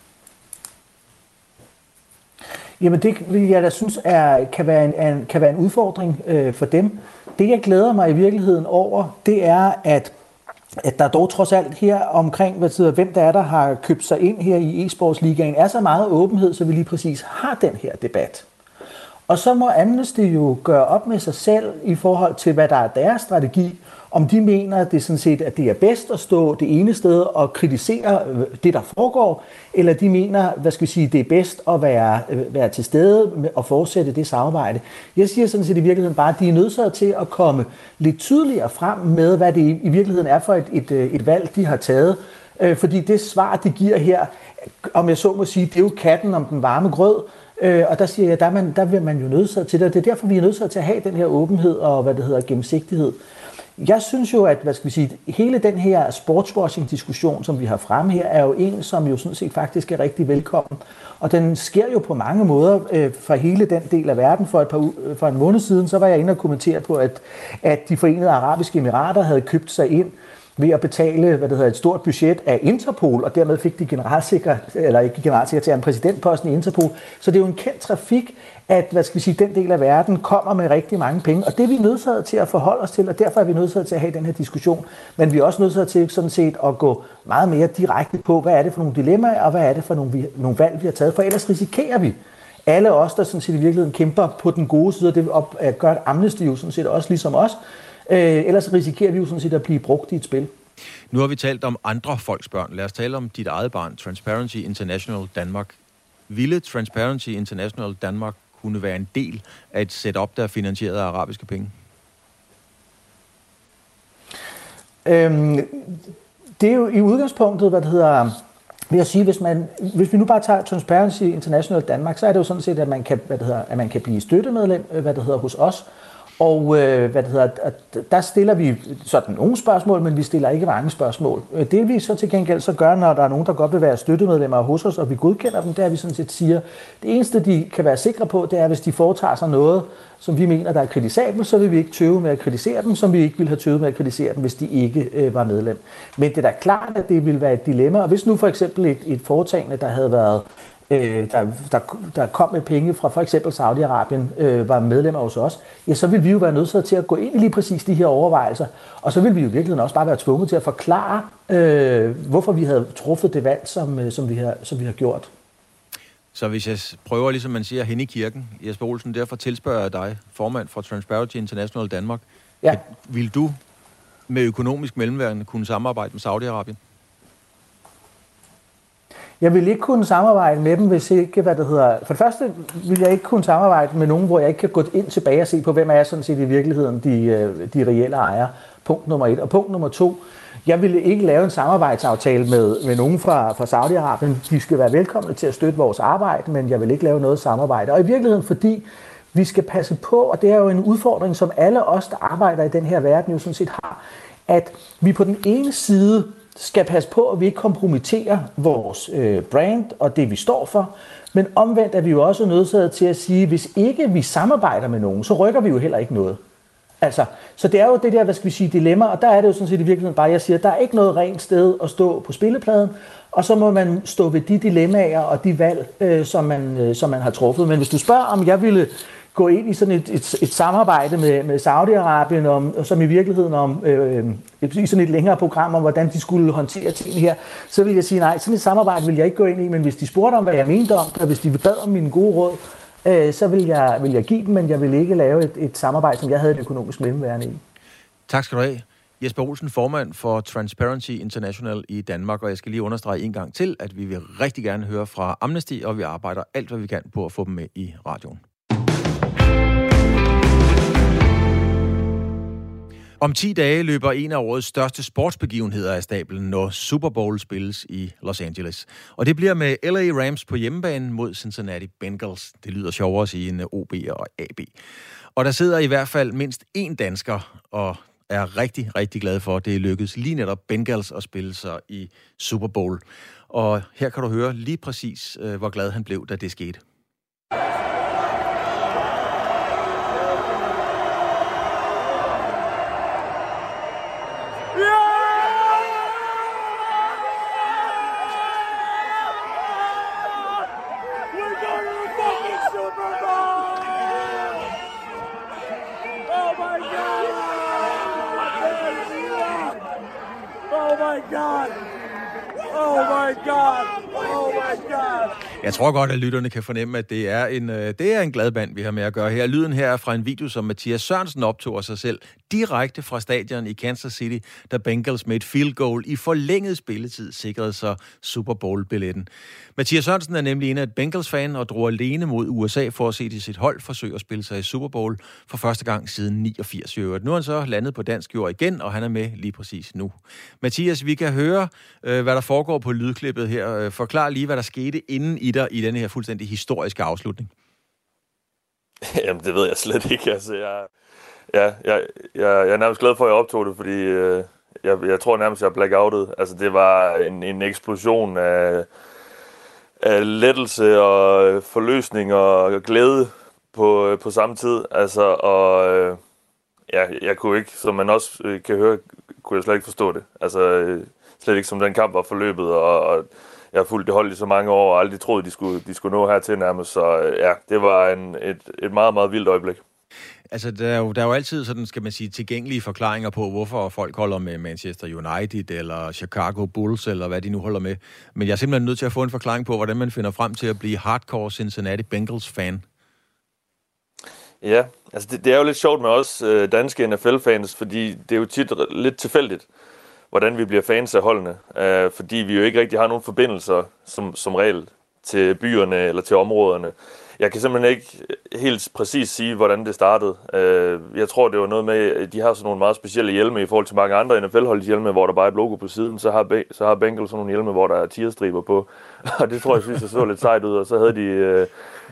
Jamen det vil jeg da synes kan være en udfordring for dem. Det jeg glæder mig i virkeligheden over, det er, at der dog trods alt her omkring, hvem der har købt sig ind her i e-sportsligaen, er så meget åbenhed, så vi lige præcis har den her debat. Og så må Amnesty jo gøre op med sig selv i forhold til, hvad der er deres strategi, om de mener, at det sådan set, at det er bedst at stå det ene sted og kritisere det, der foregår, eller de mener, det er bedst at være til stede og fortsætte det samarbejde. Jeg siger sådan set i virkeligheden bare, at de er nødsaget til at komme lidt tydeligere frem med, hvad det i virkeligheden er for et valg, de har taget. Fordi det svar, de giver her, om jeg så må sige, det er jo katten om den varme grød. Og der siger jeg, der vil man jo nødsaget til det, og det er derfor, vi er nødsaget til at have den her åbenhed og gennemsigtighed. Jeg synes jo, at hele den her sportswashing-diskussion, som vi har fremme her, er jo en, som jo sådan set faktisk er rigtig velkommen. Og den sker jo på mange måder fra hele den del af verden. For en måned siden, så var jeg inde og kommentere på, at de Forenede Arabiske Emirater havde købt sig ind ved at betale et stort budget af Interpol, og dermed fik de generalsekretæren præsidentposten i Interpol. Så det er jo en kendt trafik, at den del af verden kommer med rigtig mange penge, og det er vi nødsaget til at forholde os til, og derfor er vi nødsaget til at have den her diskussion. Men vi er også nødsaget til sådan set at gå meget mere direkte på, hvad er det for nogle dilemmaer, og hvad er det for nogle valg, vi har taget, for ellers risikerer vi, alle os, der sådan set i virkeligheden kæmper på den gode side, og det gør Amnesty jo sådan set også ligesom os, ellers risikerer vi jo sådan set at blive brugt i et spil. Nu har vi talt om andre folks børn. Lad os tale om dit eget barn, Transparency International Danmark. Ville Transparency International Danmark kunne være en del af et setup, der er finansieret af arabiske penge? Det er jo i udgangspunktet, vil jeg sige, hvis vi nu bare tager Transparency International Danmark, så er det jo sådan set, at man kan blive støttemedlem, hos os. Og der stiller vi sådan nogle spørgsmål, men vi stiller ikke mange spørgsmål. Det vi så til gengæld så gør, når der er nogen, der godt vil være støttemedlemmer hos os, og vi godkender dem, det er, vi sådan set siger, det eneste, de kan være sikre på, det er, hvis de foretager sig noget, som vi mener, der er kritisabelt, så vil vi ikke tøve med at kritisere dem, som vi ikke ville have tøvet med at kritisere dem, hvis de ikke var medlem. Men det er da klart, at det vil være et dilemma, og hvis nu for eksempel et foretagende, der havde været der kom med penge fra for eksempel Saudi-Arabien, var medlemmer hos os, ja, så vil vi jo være nødsaget til at gå ind i lige præcis de her overvejelser, og så vil vi jo i virkeligheden også bare være tvunget til at forklare, hvorfor vi havde truffet det valg, som vi har gjort. Så hvis jeg prøver, ligesom man siger, hen i kirken, Jesper Olsen, derfor tilspørger jeg dig, formand for Transparency International Danmark, ja. Vil du med økonomisk mellemværende kunne samarbejde med Saudi-Arabien? Jeg vil ikke kunne samarbejde med dem, hvis ikke, For det første vil jeg ikke kunne samarbejde med nogen, hvor jeg ikke kan gå ind tilbage og se på, hvem er sådan set i virkeligheden de reelle ejere. Punkt nummer 1. Og punkt nummer 2. Jeg vil ikke lave en samarbejdsaftale med nogen fra Saudi-Arabien. De skal være velkomne til at støtte vores arbejde, men jeg vil ikke lave noget samarbejde. Og i virkeligheden, fordi vi skal passe på, og det er jo en udfordring, som alle os, der arbejder i den her verden, jo sådan set har, at vi på den ene side skal passe på, at vi ikke kompromitterer vores brand og det, vi står for. Men omvendt er vi jo også nødsaget til at sige, at hvis ikke vi samarbejder med nogen, så rykker vi jo heller ikke noget. Altså, så det er jo det der, hvad skal vi sige, dilemma, og der er det jo sådan set i virkeligheden bare, jeg siger, der er ikke noget rent sted at stå på spillepladen, og så må man stå ved de dilemmaer og de valg, som man har truffet. Men hvis du spørger, om jeg ville gå ind i sådan et samarbejde med Saudi-Arabien, som i virkeligheden i sådan et længere program om, hvordan de skulle håndtere tingene her, så vil jeg sige nej, sådan et samarbejde vil jeg ikke gå ind i, men hvis de spurgte om, hvad jeg mente om, og hvis de bad om mine gode råd, så vil jeg give dem, men jeg vil ikke lave et samarbejde, som jeg havde et økonomisk mellemværende i. Tak skal du have. Jesper Olsen, formand for Transparency International i Danmark, og jeg skal lige understrege en gang til, at vi vil rigtig gerne høre fra Amnesty, og vi arbejder alt, hvad vi kan på at få dem med i radioen. Om 10 dage løber en af årets største sportsbegivenheder af stablen, når Super Bowl spilles i Los Angeles. Og det bliver med LA Rams på hjemmebane mod Cincinnati Bengals. Det lyder sjovere at sige end OB og AB. Og der sidder i hvert fald mindst én dansker og er rigtig, rigtig glad for, at det er lykkedes lige netop Bengals at spille sig i Super Bowl. Og her kan du høre lige præcis, hvor glad han blev, da det skete. Jeg tror godt, at lytterne kan fornemme, at det er en glad band, vi har med at gøre her. Lyden her er fra en video, som Mathias Sørensen optog af sig selv direkte fra stadion i Kansas City, da Bengals med et field goal i forlænget spilletid sikrede sig Super Bowl-billetten. Mathias Sørensen er nemlig en af et Bengals-fan og drog alene mod USA for at se sit hold forsøge at spille sig i Super Bowl for første gang siden 89. Nu er han så landet på dansk jord igen, og han er med lige præcis nu. Mathias, vi kan høre, hvad der foregår på lydklippet her. Forklar lige, hvad der skete inden i dig i denne her fuldstændig historiske afslutning. Jamen, det ved jeg slet ikke. Altså, jeg er nærmest glad for, at jeg optog det, fordi jeg tror nærmest, jeg er blackoutet. Altså, det var en eksplosion af lettelse og forløsning og glæde på samme tid. Altså, og jeg kunne ikke, som man også kan høre, kunne jeg slet ikke forstå det. Altså, slet ikke som den kamp var forløbet, og jeg har fulgt det hold i så mange år, og aldrig troede, de skulle nå hertil nærmest. Så ja, det var et meget, meget vildt øjeblik. Altså, der er jo altid sådan, skal man sige, tilgængelige forklaringer på, hvorfor folk holder med Manchester United, eller Chicago Bulls, eller hvad de nu holder med. Men jeg er simpelthen nødt til at få en forklaring på, hvordan man finder frem til at blive hardcore Cincinnati Bengals-fan. Ja, altså det er jo lidt sjovt med os danske NFL-fans, fordi det er jo tit lidt tilfældigt, hvordan vi bliver fans af holdene, fordi vi jo ikke rigtig har nogen forbindelser som regel til byerne eller til områderne. Jeg kan simpelthen ikke helt præcis sige, hvordan det startede. Jeg tror, det var noget med, at de har sådan nogle meget specielle hjelme i forhold til mange andre NFL-hold hjelme, hvor der bare er et logo på siden. Så har Bengals sådan nogle hjelme, hvor der er tierstriber på. Og det tror jeg synes, det så lidt sejt ud. Og så havde de,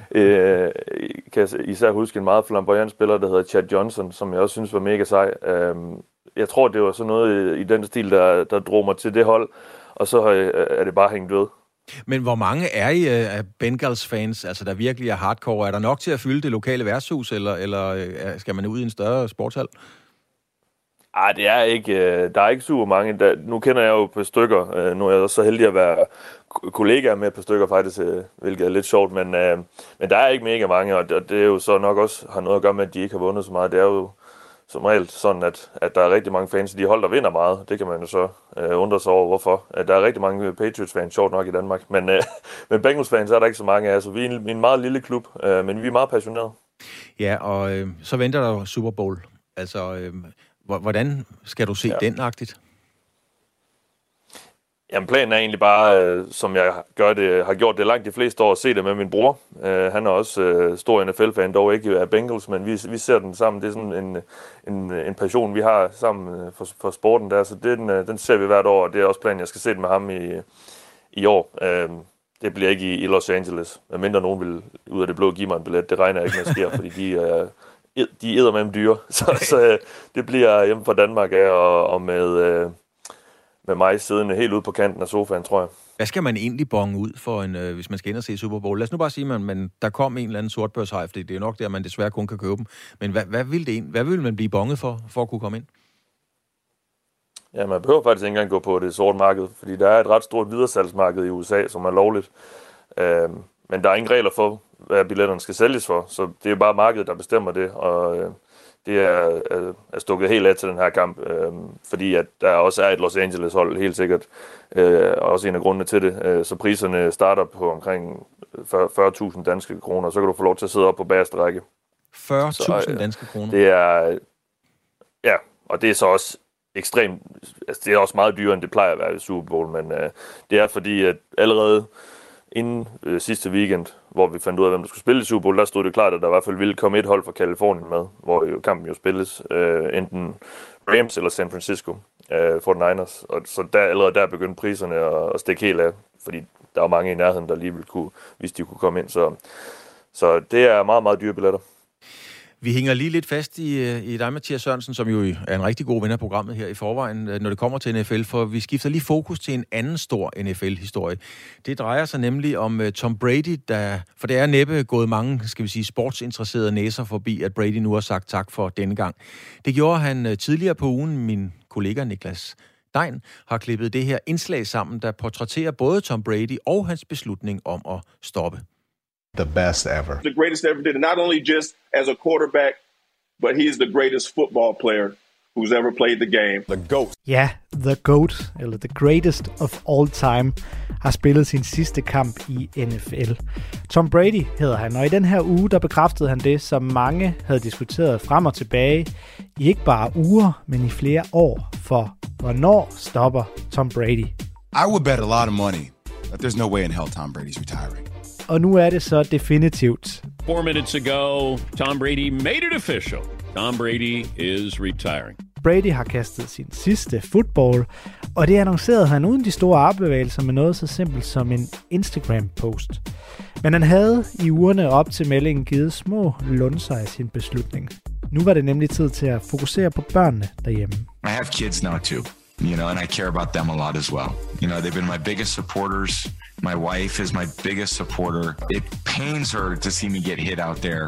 kan jeg især huske, en meget flamboyant spiller, der hedder Chad Johnson, som jeg også synes var mega sej. Jeg tror, det var sådan noget i den stil, der drog mig til det hold. Og så er det bare hængt ved. Men hvor mange er I af Bengals-fans, altså der virkelig er hardcore? Er der nok til at fylde det lokale værtshus, eller skal man ud i en større sportshal? Ej, det er ikke, der er ikke super mange. Nu kender jeg jo et par stykker. Nu er jeg også så heldig at være kollegaer med et par stykker faktisk, hvilket er lidt sjovt. Men der er ikke mega mange, og det er jo så nok også har noget at gøre med, at de ikke har vundet så meget. Det er jo som regel sådan, at der er rigtig mange fans, de hold, der vinder meget. Det kan man jo så undre sig over, hvorfor. Der er rigtig mange Patriots-fans, sjovt nok i Danmark. Men Bengals-fans er der ikke så mange af. Altså, vi er en meget lille klub, men vi er meget passionerede. Ja, og så venter der jo Super Bowl. Altså, hvordan skal du se den-agtigt? Jamen, planen er egentlig bare, som jeg har gjort det langt de fleste år, at se det med min bror. Han er også stor NFL-fan, dog ikke af Bengals, men vi ser den sammen. Det er sådan en passion, vi har sammen for sporten der, så den ser vi hvert år, og det er også planen, jeg skal se det med ham i år. Det bliver ikke i Los Angeles, medmindre nogen vil ud af det blå give mig en billet. Det regner jeg ikke med at sker, fordi de æder med dem dyre. Så det bliver hjemme fra Danmark og med mig siddende helt ude på kanten af sofaen, tror jeg. Hvad skal man egentlig bonge ud for, hvis man skal ind og se Super Bowl? Lad os nu bare sige, at der kom en eller anden sortbørshaj, fordi det er nok der, man desværre kun kan købe dem. Men hvad vil man blive bonget for at kunne komme ind? Ja, man behøver faktisk ikke engang gå på det sorte marked, fordi der er et ret stort videresalgsmarked i USA, som er lovligt. Men der er ingen regler for, hvad billetterne skal sælges for, så det er bare markedet, der bestemmer det, og det er stukket helt af til den her kamp, fordi at der også er et Los Angeles-hold, helt sikkert, også en af grundene til det. Så priserne starter på omkring 40.000 danske kroner, så kan du få lov til at sidde op på bagerste række. 40.000 danske kroner? Det er, ja, og det er så også ekstremt, altså det er også meget dyrere, end det plejer at være i Super Bowl, men det er fordi, at allerede inden sidste weekend, hvor vi fandt ud af, hvem der skulle spille i Super Bowl, der stod det klart, at der i hvert fald ville komme et hold fra Kalifornien med, hvor kampen jo spilles, enten Rams eller San Francisco for den Niners. Og så allerede der begyndte priserne at stikke helt af, fordi der var mange i nærheden, der lige ville kunne, hvis de kunne komme ind. Så det er meget, meget dyre billetter. Vi hænger lige lidt fast i dig, Mathias Sørensen, som jo er en rigtig god ven af programmet her i forvejen, når det kommer til NFL, for vi skifter lige fokus til en anden stor NFL-historie. Det drejer sig nemlig om Tom Brady, for det er næppe gået mange, skal vi sige, sportsinteresserede næser forbi, at Brady nu har sagt tak for denne gang. Det gjorde han tidligere på ugen. Min kollega Niklas Dein har klippet det her indslag sammen, der portrætterer både Tom Brady og hans beslutning om at stoppe. The best ever. The greatest ever did it. Not only just as a quarterback, but he is the greatest football player who's ever played the game. The GOAT. Ja, The GOAT, eller The Greatest of All Time, har spillet sin sidste kamp i NFL. Tom Brady hedder han, og i den her uge, der bekræftede han det, som mange havde diskuteret frem og tilbage i ikke bare uger, men i flere år. For hvornår stopper Tom Brady? I would bet a lot of money that there's no way in hell Tom Brady's retiring. Og nu er det så definitivt. 4 minutes ago, Tom Brady made it official. Tom Brady is retiring. Brady har kastet sin sidste football, og det annoncerede han uden de store armbevægelser med noget så simpelt som en Instagram-post. Men han havde i ugerne op til meldingen givet små lunser af sin beslutning. Nu var det nemlig tid til at fokusere på børnene derhjemme. I have kids now too, and I care about them a lot as well. They've been my biggest supporters. My wife is my biggest supporter. It pains her to see me get hit out there.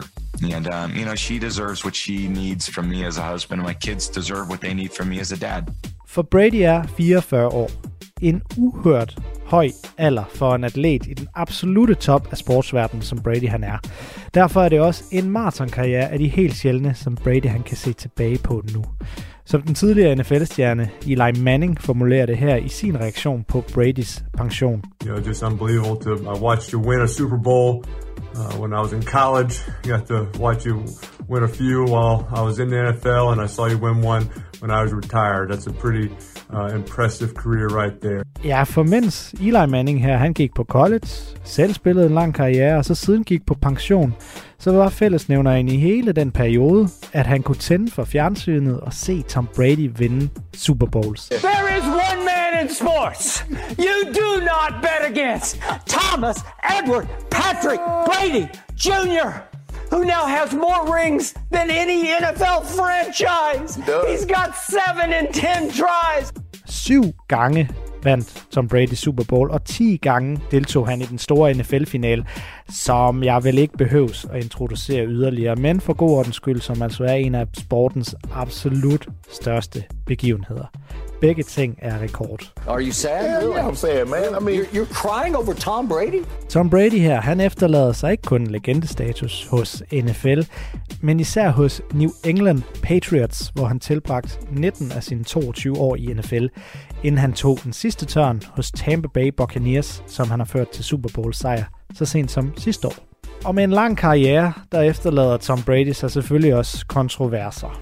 And, she deserves what she needs from me as a husband. My kids deserve what they need from me as a dad. For Brady er 44 år. En uhørt høj alder for en atlet i den absolute top af sportsverdenen, som Brady han er. Derfor er det også en maratonkarriere af de helt sjældne, som Brady han kan se tilbage på nu. Som den tidligere NFL-stjerne Eli Manning formulerer det her i sin reaktion på Bradys pension. Just unbelievable to I watched you win a Super Bowl when I was in college. I got to watch you win a few while I was in the NFL, and I saw you win one when I was retired. That's a pretty impressive career right there. Ja, for mens Eli Manning her, han gik på college, selv spillede en lang karriere, og så siden gik på pension, så var fællesnævneren i hele den periode, at han kunne tænde for fjernsynet og se Tom Brady vinde Super Bowls. There is one man in sports you do not bet against. Thomas Edward Patrick Brady Jr., who now has more rings than any NFL franchise. He's got 7 in 10 tries. 7 gange vandt Tom Brady Super Bowl, og 10 gange deltog han i den store NFL-finale, som jeg vel ikke behøves at introducere yderligere, men for god ordens skyld, som altså er en af sportens absolut største begivenheder. Begge ting er rekord. Are you sad? Yeah, I'm sad, man. I mean, you're crying over Tom Brady? Tom Brady her, han efterlader sig ikke kun legendestatus hos NFL, men især hos New England Patriots, hvor han tilbragte 19 af sine 22 år i NFL, inden han tog den sidste tørn hos Tampa Bay Buccaneers, som han har ført til Super Bowl sejr så sent som sidste år. Og med en lang karriere, der efterlader Tom Brady sig selvfølgelig også kontroverser.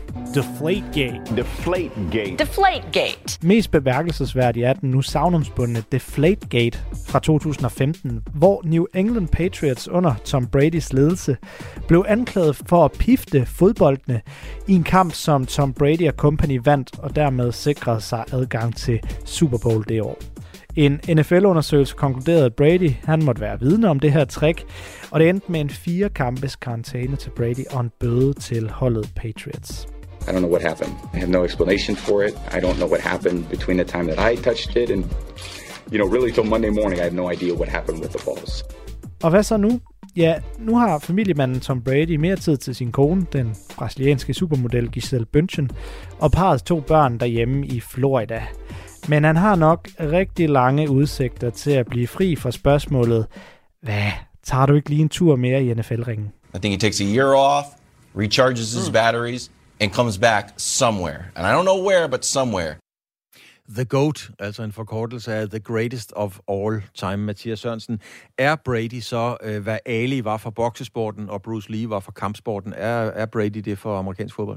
Deflategate. Mest bemærkelsesværdigt er den nu savnomsbundne Deflategate fra 2015, hvor New England Patriots under Tom Bradys ledelse blev anklaget for at pifte fodboldene i en kamp, som Tom Brady og company vandt, og dermed sikrede sig adgang til Super Bowl det år. En NFL-undersøgelse konkluderede, at Brady han måtte være vidne om det her trick, og det endte med en 4-kampes karantæne til Brady og en bøde til holdet Patriots. I don't know what happened. I have no explanation for it. I don't know what happened between the time that I touched it and really till Monday morning, I had no idea what happened with the balls. Og hvad så nu? Ja, nu har familiemanden Tom Brady mere tid til sin kone, den brasilianske supermodel Gisele Bündchen, og parrets 2 børn derhjemme i Florida. Men han har nok rigtig lange udsigter til at blive fri for spørgsmålet, hvad, tager du ikke lige en tur mere i NFL-ringen? I think he takes a year off, recharges his batteries, and comes back somewhere. And I don't know where, but somewhere. The GOAT, altså en forkortelse af The Greatest of All Time, Mathias Sørensen. Er Brady så, hvad Ali var for boksesporten, og Bruce Lee var for kampsporten? Er Brady det for amerikansk fodbold?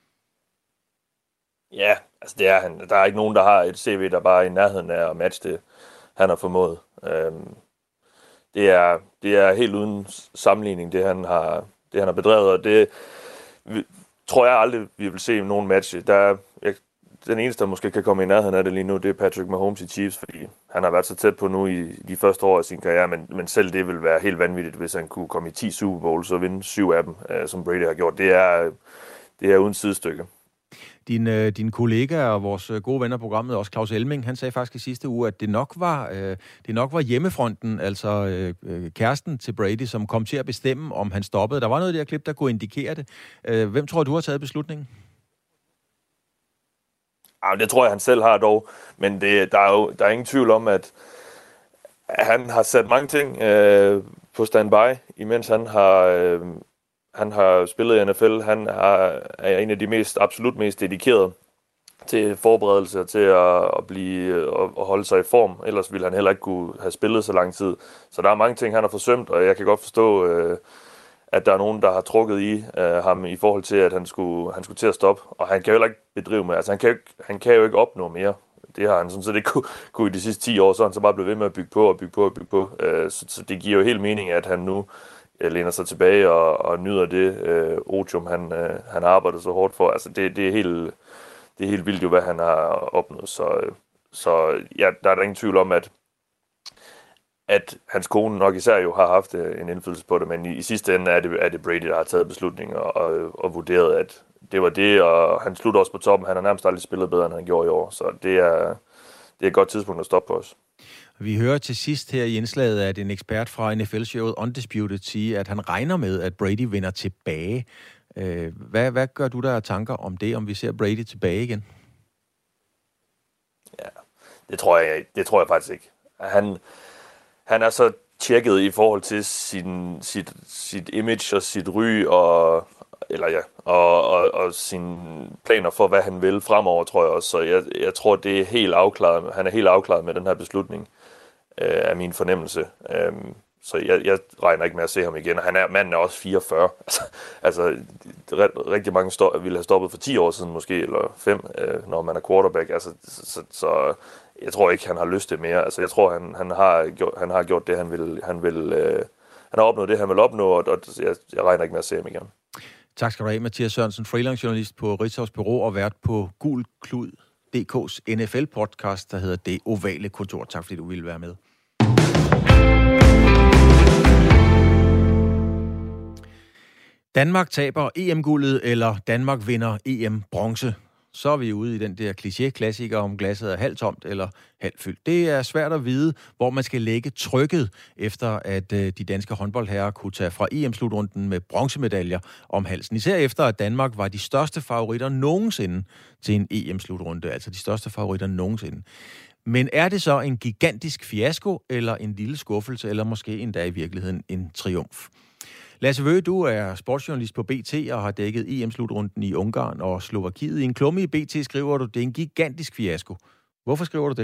Ja, altså det er han. Der er ikke nogen, der har et CV, der bare er i nærheden af at matche det, han har formået. Det er helt uden sammenligning, det han har bedrevet, og det tror jeg aldrig, vi vil se i nogen match. Den eneste, der måske kan komme i nærheden af det lige nu, det er Patrick Mahomes i Chiefs, fordi han har været så tæt på nu i de første år af sin karriere, men selv det vil være helt vanvittigt, hvis han kunne komme i 10 Super Bowls og vinde 7 af dem, som Brady har gjort. Det er uden sidestykke. Din kollega og vores gode venner af programmet, også Claus Elming, han sagde faktisk i sidste uge, at det nok var hjemmefronten, altså kæresten til Brady, som kom til at bestemme, om han stoppede. Der var noget i det her klip, der kunne indikere det. Hvem tror du har taget beslutningen? Det tror jeg, han selv har dog. Men der er ingen tvivl om, at han har sat mange ting på standby, imens han har spillet i NFL. Han er en af de absolut mest dedikerede til forberedelser, til at holde sig i form. Ellers ville han heller ikke kunne have spillet så lang tid. Så der er mange ting, han har forsømt, og jeg kan godt forstå, at der er nogen, der har trukket i ham i forhold til, at han skulle til at stoppe. Og han kan jo heller ikke bedrive med. Altså, han kan jo ikke opnå mere. Det har han sådan set ikke kunne i de sidste 10 år, så han så bare blev ved med at bygge på. Så det giver jo helt mening, at han nu læner sig tilbage og nyder det otium, han har arbejdet så hårdt for. Altså, det er helt vildt jo, hvad han har opnået. Så ja, der er der ingen tvivl om, at hans kone nok især jo har haft en indflydelse på det, men i sidste ende er det Brady, der har taget beslutningen og vurderet, at det var det, og han slutter også på toppen. Han har nærmest aldrig spillet bedre, end han gjorde i år, så det er et godt tidspunkt at stoppe på os. Vi hører til sidst her i indslaget, at en ekspert fra NFL-showet Undisputed siger, at han regner med, at Brady vender tilbage. Hvad gør du der af tanker om det, om vi ser Brady tilbage igen? Ja, det tror jeg faktisk ikke. Han er så tjekket i forhold til sit image og sit ry og sine planer for, hvad han vil fremover, tror jeg også. Så jeg tror, det er helt afklaret. Han er helt afklaret med den her beslutning af min fornemmelse. Så jeg regner ikke med at se ham igen. Manden er også 44. Altså rigtig mange ville have stoppet for 10 år siden måske, eller 5, når man er quarterback. Altså, så jeg tror ikke, han har lyst til mere. Altså, jeg tror, han har gjort det, han har opnået det, han vil opnå, og jeg regner ikke med at se ham igen. Tak skal du have, Mathias Sørensen, freelance-journalist på Ritzau's Bureau og vært på gulklud.dk's NFL-podcast, der hedder Det Ovale Kontor. Tak fordi du ville være med. Danmark taber EM-guldet, eller Danmark vinder EM-bronze. Så er vi ude i den der kliché-klassiker om glasset er halvt tomt eller halvt fyldt. Det er svært at vide, hvor man skal lægge trykket, efter at de danske håndboldherrer kunne tage fra EM-slutrunden med bronzemedaljer om halsen. Især efter, at Danmark var de største favoritter nogensinde til en EM-slutrunde. Altså de største favoritter nogensinde. Men er det så en gigantisk fiasko, eller en lille skuffelse, eller måske endda i virkeligheden en triumf? Lasse Vøge, du er sportsjournalist på BT og har dækket EM-slutrunden i Ungarn og Slovakiet. I en klumme i BT skriver du, det er en gigantisk fiasko. Hvorfor skriver du det?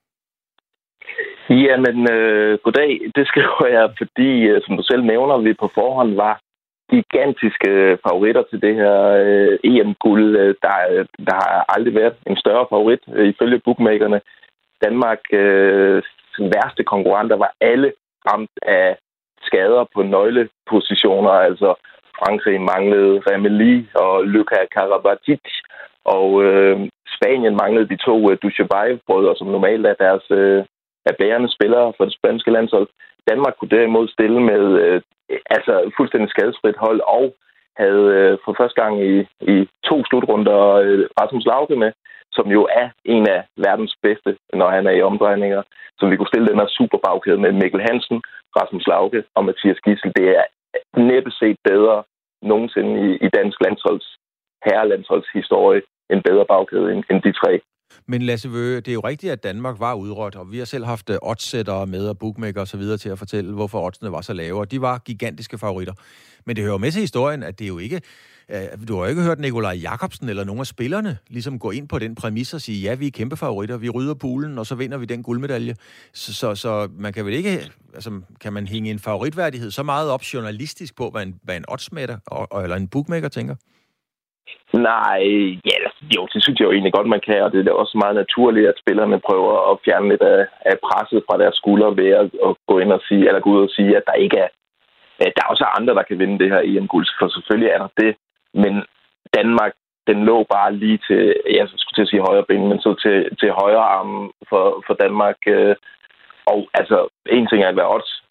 Jamen, goddag. Det skriver jeg, fordi, som du selv nævner, vi på forhånd var gigantiske favoritter til det her EM-guld. Der har aldrig været en større favorit ifølge bookmakerne. Danmark værste konkurrenter var alle ramt af skader på nøglepositioner, altså Frankrig manglede Remeli og Luka Karabatic, og Spanien manglede de 2 Dujshebaev-brødre, som normalt er deres bærende spillere for det spanske landshold. Danmark kunne derimod stille med fuldstændig skadesfrit hold, og havde for første gang i 2 slutrunder Rasmus Lauke med, som jo er en af verdens bedste, når han er i omdrejninger. Så vi kunne stille den her superbagkæde med Mikkel Hansen, Rasmus Lauke og Mathias Gidsel. Det er næppe set bedre nogensinde i dansk herrelandsholdshistorie en bedre bagkæde end de tre. Men Lasse Wøge, det er jo rigtigt, at Danmark var udrådt, og vi har selv haft oddsættere med og bookmaker og så videre til at fortælle, hvorfor oddsene var så lave, og de var gigantiske favoritter. Men det hører med til historien, at det er jo ikke... Du har jo ikke hørt Nikolaj Jakobsen eller nogen af spillerne ligesom gå ind på den præmis og sige, ja, vi er kæmpe favoritter, vi rydder poolen, og så vinder vi den guldmedalje. Så man kan vel ikke... Altså, kan man hænge en favoritværdighed så meget op journalistisk på, hvad en oddsmætter eller en bookmaker tænker? Nej, ja, jo, det synes jeg jo egentlig godt, man kan, og det er også meget naturligt, at spillerne prøver at fjerne lidt af presset fra deres skuldre ved at gå ind og sige, eller gå ud og sige, at der ikke er... Der er også andre, der kan vinde det her EM-guld, for selvfølgelig er der det, men Danmark, den lå bare lige til, jeg skulle til at sige højre ben, men så til højre armen for Danmark. Og altså, en ting er at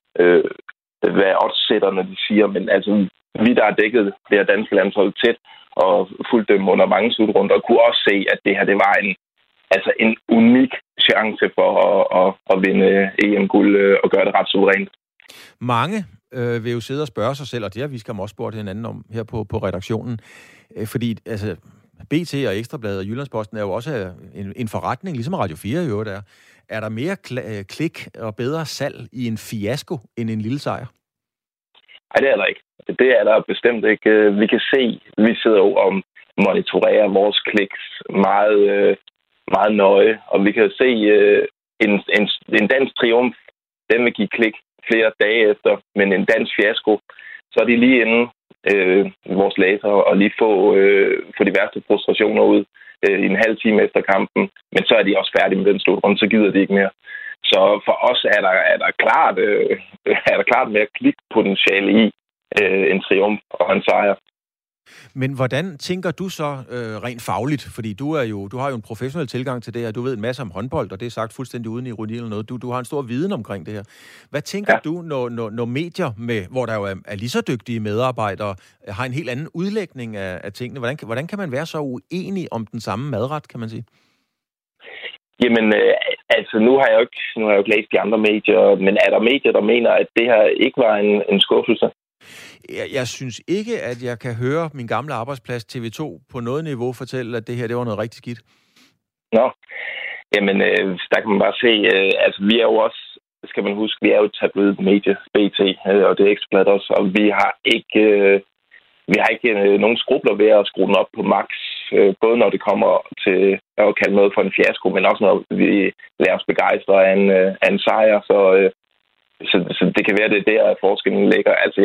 være odds-sætterne, de siger, men altså, vi der har dækket det her danske landshold tæt, og fulgt dem under mange slutrunder, og kunne også se, at det her det var en unik chance for at vinde EM-guld og gøre det ret suverænt. Mange vil jo sidde og spørge sig selv, og det har vi skam også spurgt hinanden om her på redaktionen, fordi altså, BT og Ekstrabladet og Jyllandsposten er jo også en forretning, ligesom Radio 4 i øvrigt er. Er der mere klik og bedre salg i en fiasko end en lille sejr? Nej, det er der ikke. Det er der bestemt ikke. Vi kan se, vi sidder jo og monitorerer vores kliks meget, meget nøje, og vi kan se en dansk triumf, den vil give klik flere dage efter, men en dansk fiasko, så er de lige inde vores læsere og lige få de værste frustrationer ud i en halv time efter kampen, men så er de også færdige med den slutrunde, så gider de ikke mere. Så for os er der klart mere klikpotentiale i en triumf og en sejr. Men hvordan tænker du så rent fagligt? Fordi du har jo en professionel tilgang til det her. Du ved en masse om håndbold, og det er sagt fuldstændig uden ironi eller noget. Du har en stor viden omkring det her. Hvad tænker du, når medier, hvor der jo er lige så dygtige medarbejdere, har en helt anden udlægning af tingene? Hvordan kan man være så uenig om den samme madret, kan man sige? Jamen, altså nu har jeg jo ikke læst de andre medier, men er der medier, der mener, at det her ikke var en skuffelse? Jeg synes ikke, at jeg kan høre min gamle arbejdsplads TV2 på noget niveau fortælle, at det her det var noget rigtig skidt. Nå, jamen der kan man bare se, altså vi er jo også, skal man huske, vi er jo et tabloid medie, BT, og det er Ekstrabladet også, og vi har ikke nogen skrubler ved at skrue den op på max, både når det kommer til at kalde noget for en fiasko, men også når vi lader os begejstre af en sejr, så det kan være, det er der, forskellen ligger. Altså,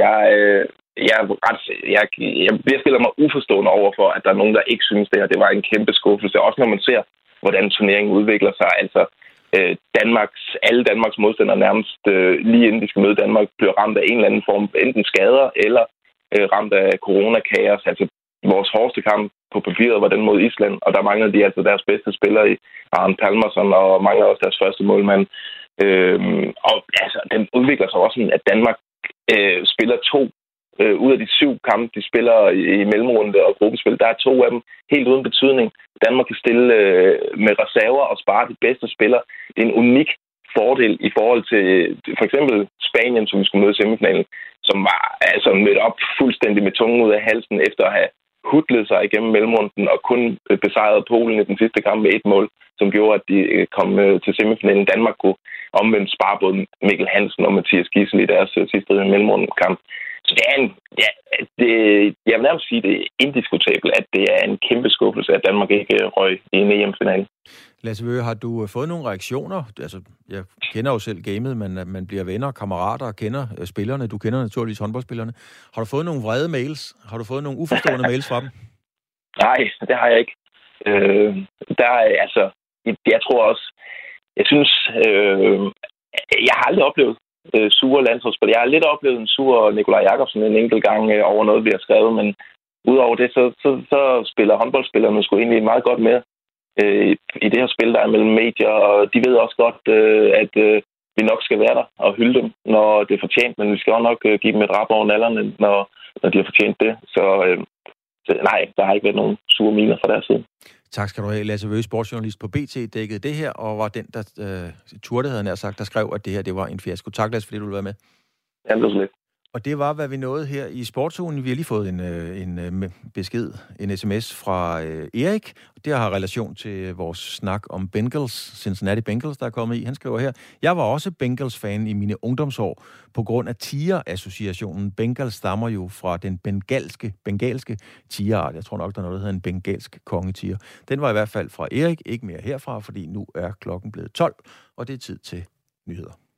jeg stiller mig uforstående over for, at der er nogen, der ikke synes, det her det var en kæmpe skuffelse. Også når man ser, hvordan turneringen udvikler sig. Altså, alle Danmarks modstandere nærmest lige inden de skal møde Danmark, bliver ramt af en eller anden form, enten skader eller ramt af coronakaos. Altså, vores hårdeste kamp på papiret var den mod Island, og der manglede de altså deres bedste spillere i Arne Palmerson, og manglede også deres første målmand. Og altså, den udvikler sig også sådan, at Danmark spiller 2 ud af de 7 kampe, de spiller i mellemrunde og gruppespil. Der er 2 af dem helt uden betydning. Danmark kan stille med reserver og spare de bedste spillere. Det er en unik fordel i forhold til for eksempel Spanien, som vi skulle møde i semifinalen, som var altså mødt op fuldstændig med tungen ud af halsen efter at have hudlet sig igennem mellemrunden og kun besejret Polen i den sidste kamp med 1 mål, som gjorde, at de kom til semifinalen. Danmark kunne omvendt spare både Mikkel Hansen og Mathias Gidsel i deres sidste mellemrundekamp. Så det er jeg vil nærmest sige, det er indiskutabelt, at det er en kæmpe skuffelse, at Danmark ikke røg i en EM-finale. Lasse Wøge, har du fået nogle reaktioner? Altså, jeg kender jo selv gamet, men man bliver venner, kammerater og kender spillerne. Du kender naturligvis håndboldspillerne. Har du fået nogle vrede mails? Har du fået nogle uforstående mails fra dem? Nej, det har jeg ikke. Jeg tror også, jeg synes, jeg har aldrig oplevet sure landsholdsspillere. Jeg har lidt oplevet en sur Nikolaj Jakobsen en enkelt gang over noget, vi har skrevet, men udover det, så spiller håndboldspillerne sgu egentlig meget godt med i det her spil, der er mellem medier, og de ved også godt, at vi nok skal være der og hylde dem, når det er fortjent, men vi skal også nok give dem et rap over nallerne, når de har fortjent det. Så nej, der har ikke været nogen sure miner fra deres side. Tak skal du have. Lasse Wøge, sportsjournalist på BT, dækkede det her, og var den, der turde, havde han sagt, der skrev, at det her det var en fiasko. Tak, Lasse, fordi du ville være med. Ja, det var så lidt. Og det var, hvad vi nåede her i Sportsugen. Vi har lige fået en besked, en sms fra Erik. Det har relation til vores snak om Bengals, Cincinnati Bengals, der er kommet i. Han skriver her, jeg var også Bengals-fan i mine ungdomsår på grund af tiger-associationen. Bengals stammer jo fra den bengalske tigerart. Jeg tror nok, der er noget, der hedder en bengalsk kongetiger. Den var i hvert fald fra Erik, ikke mere herfra, fordi nu er klokken blevet 12, og det er tid til nyheder.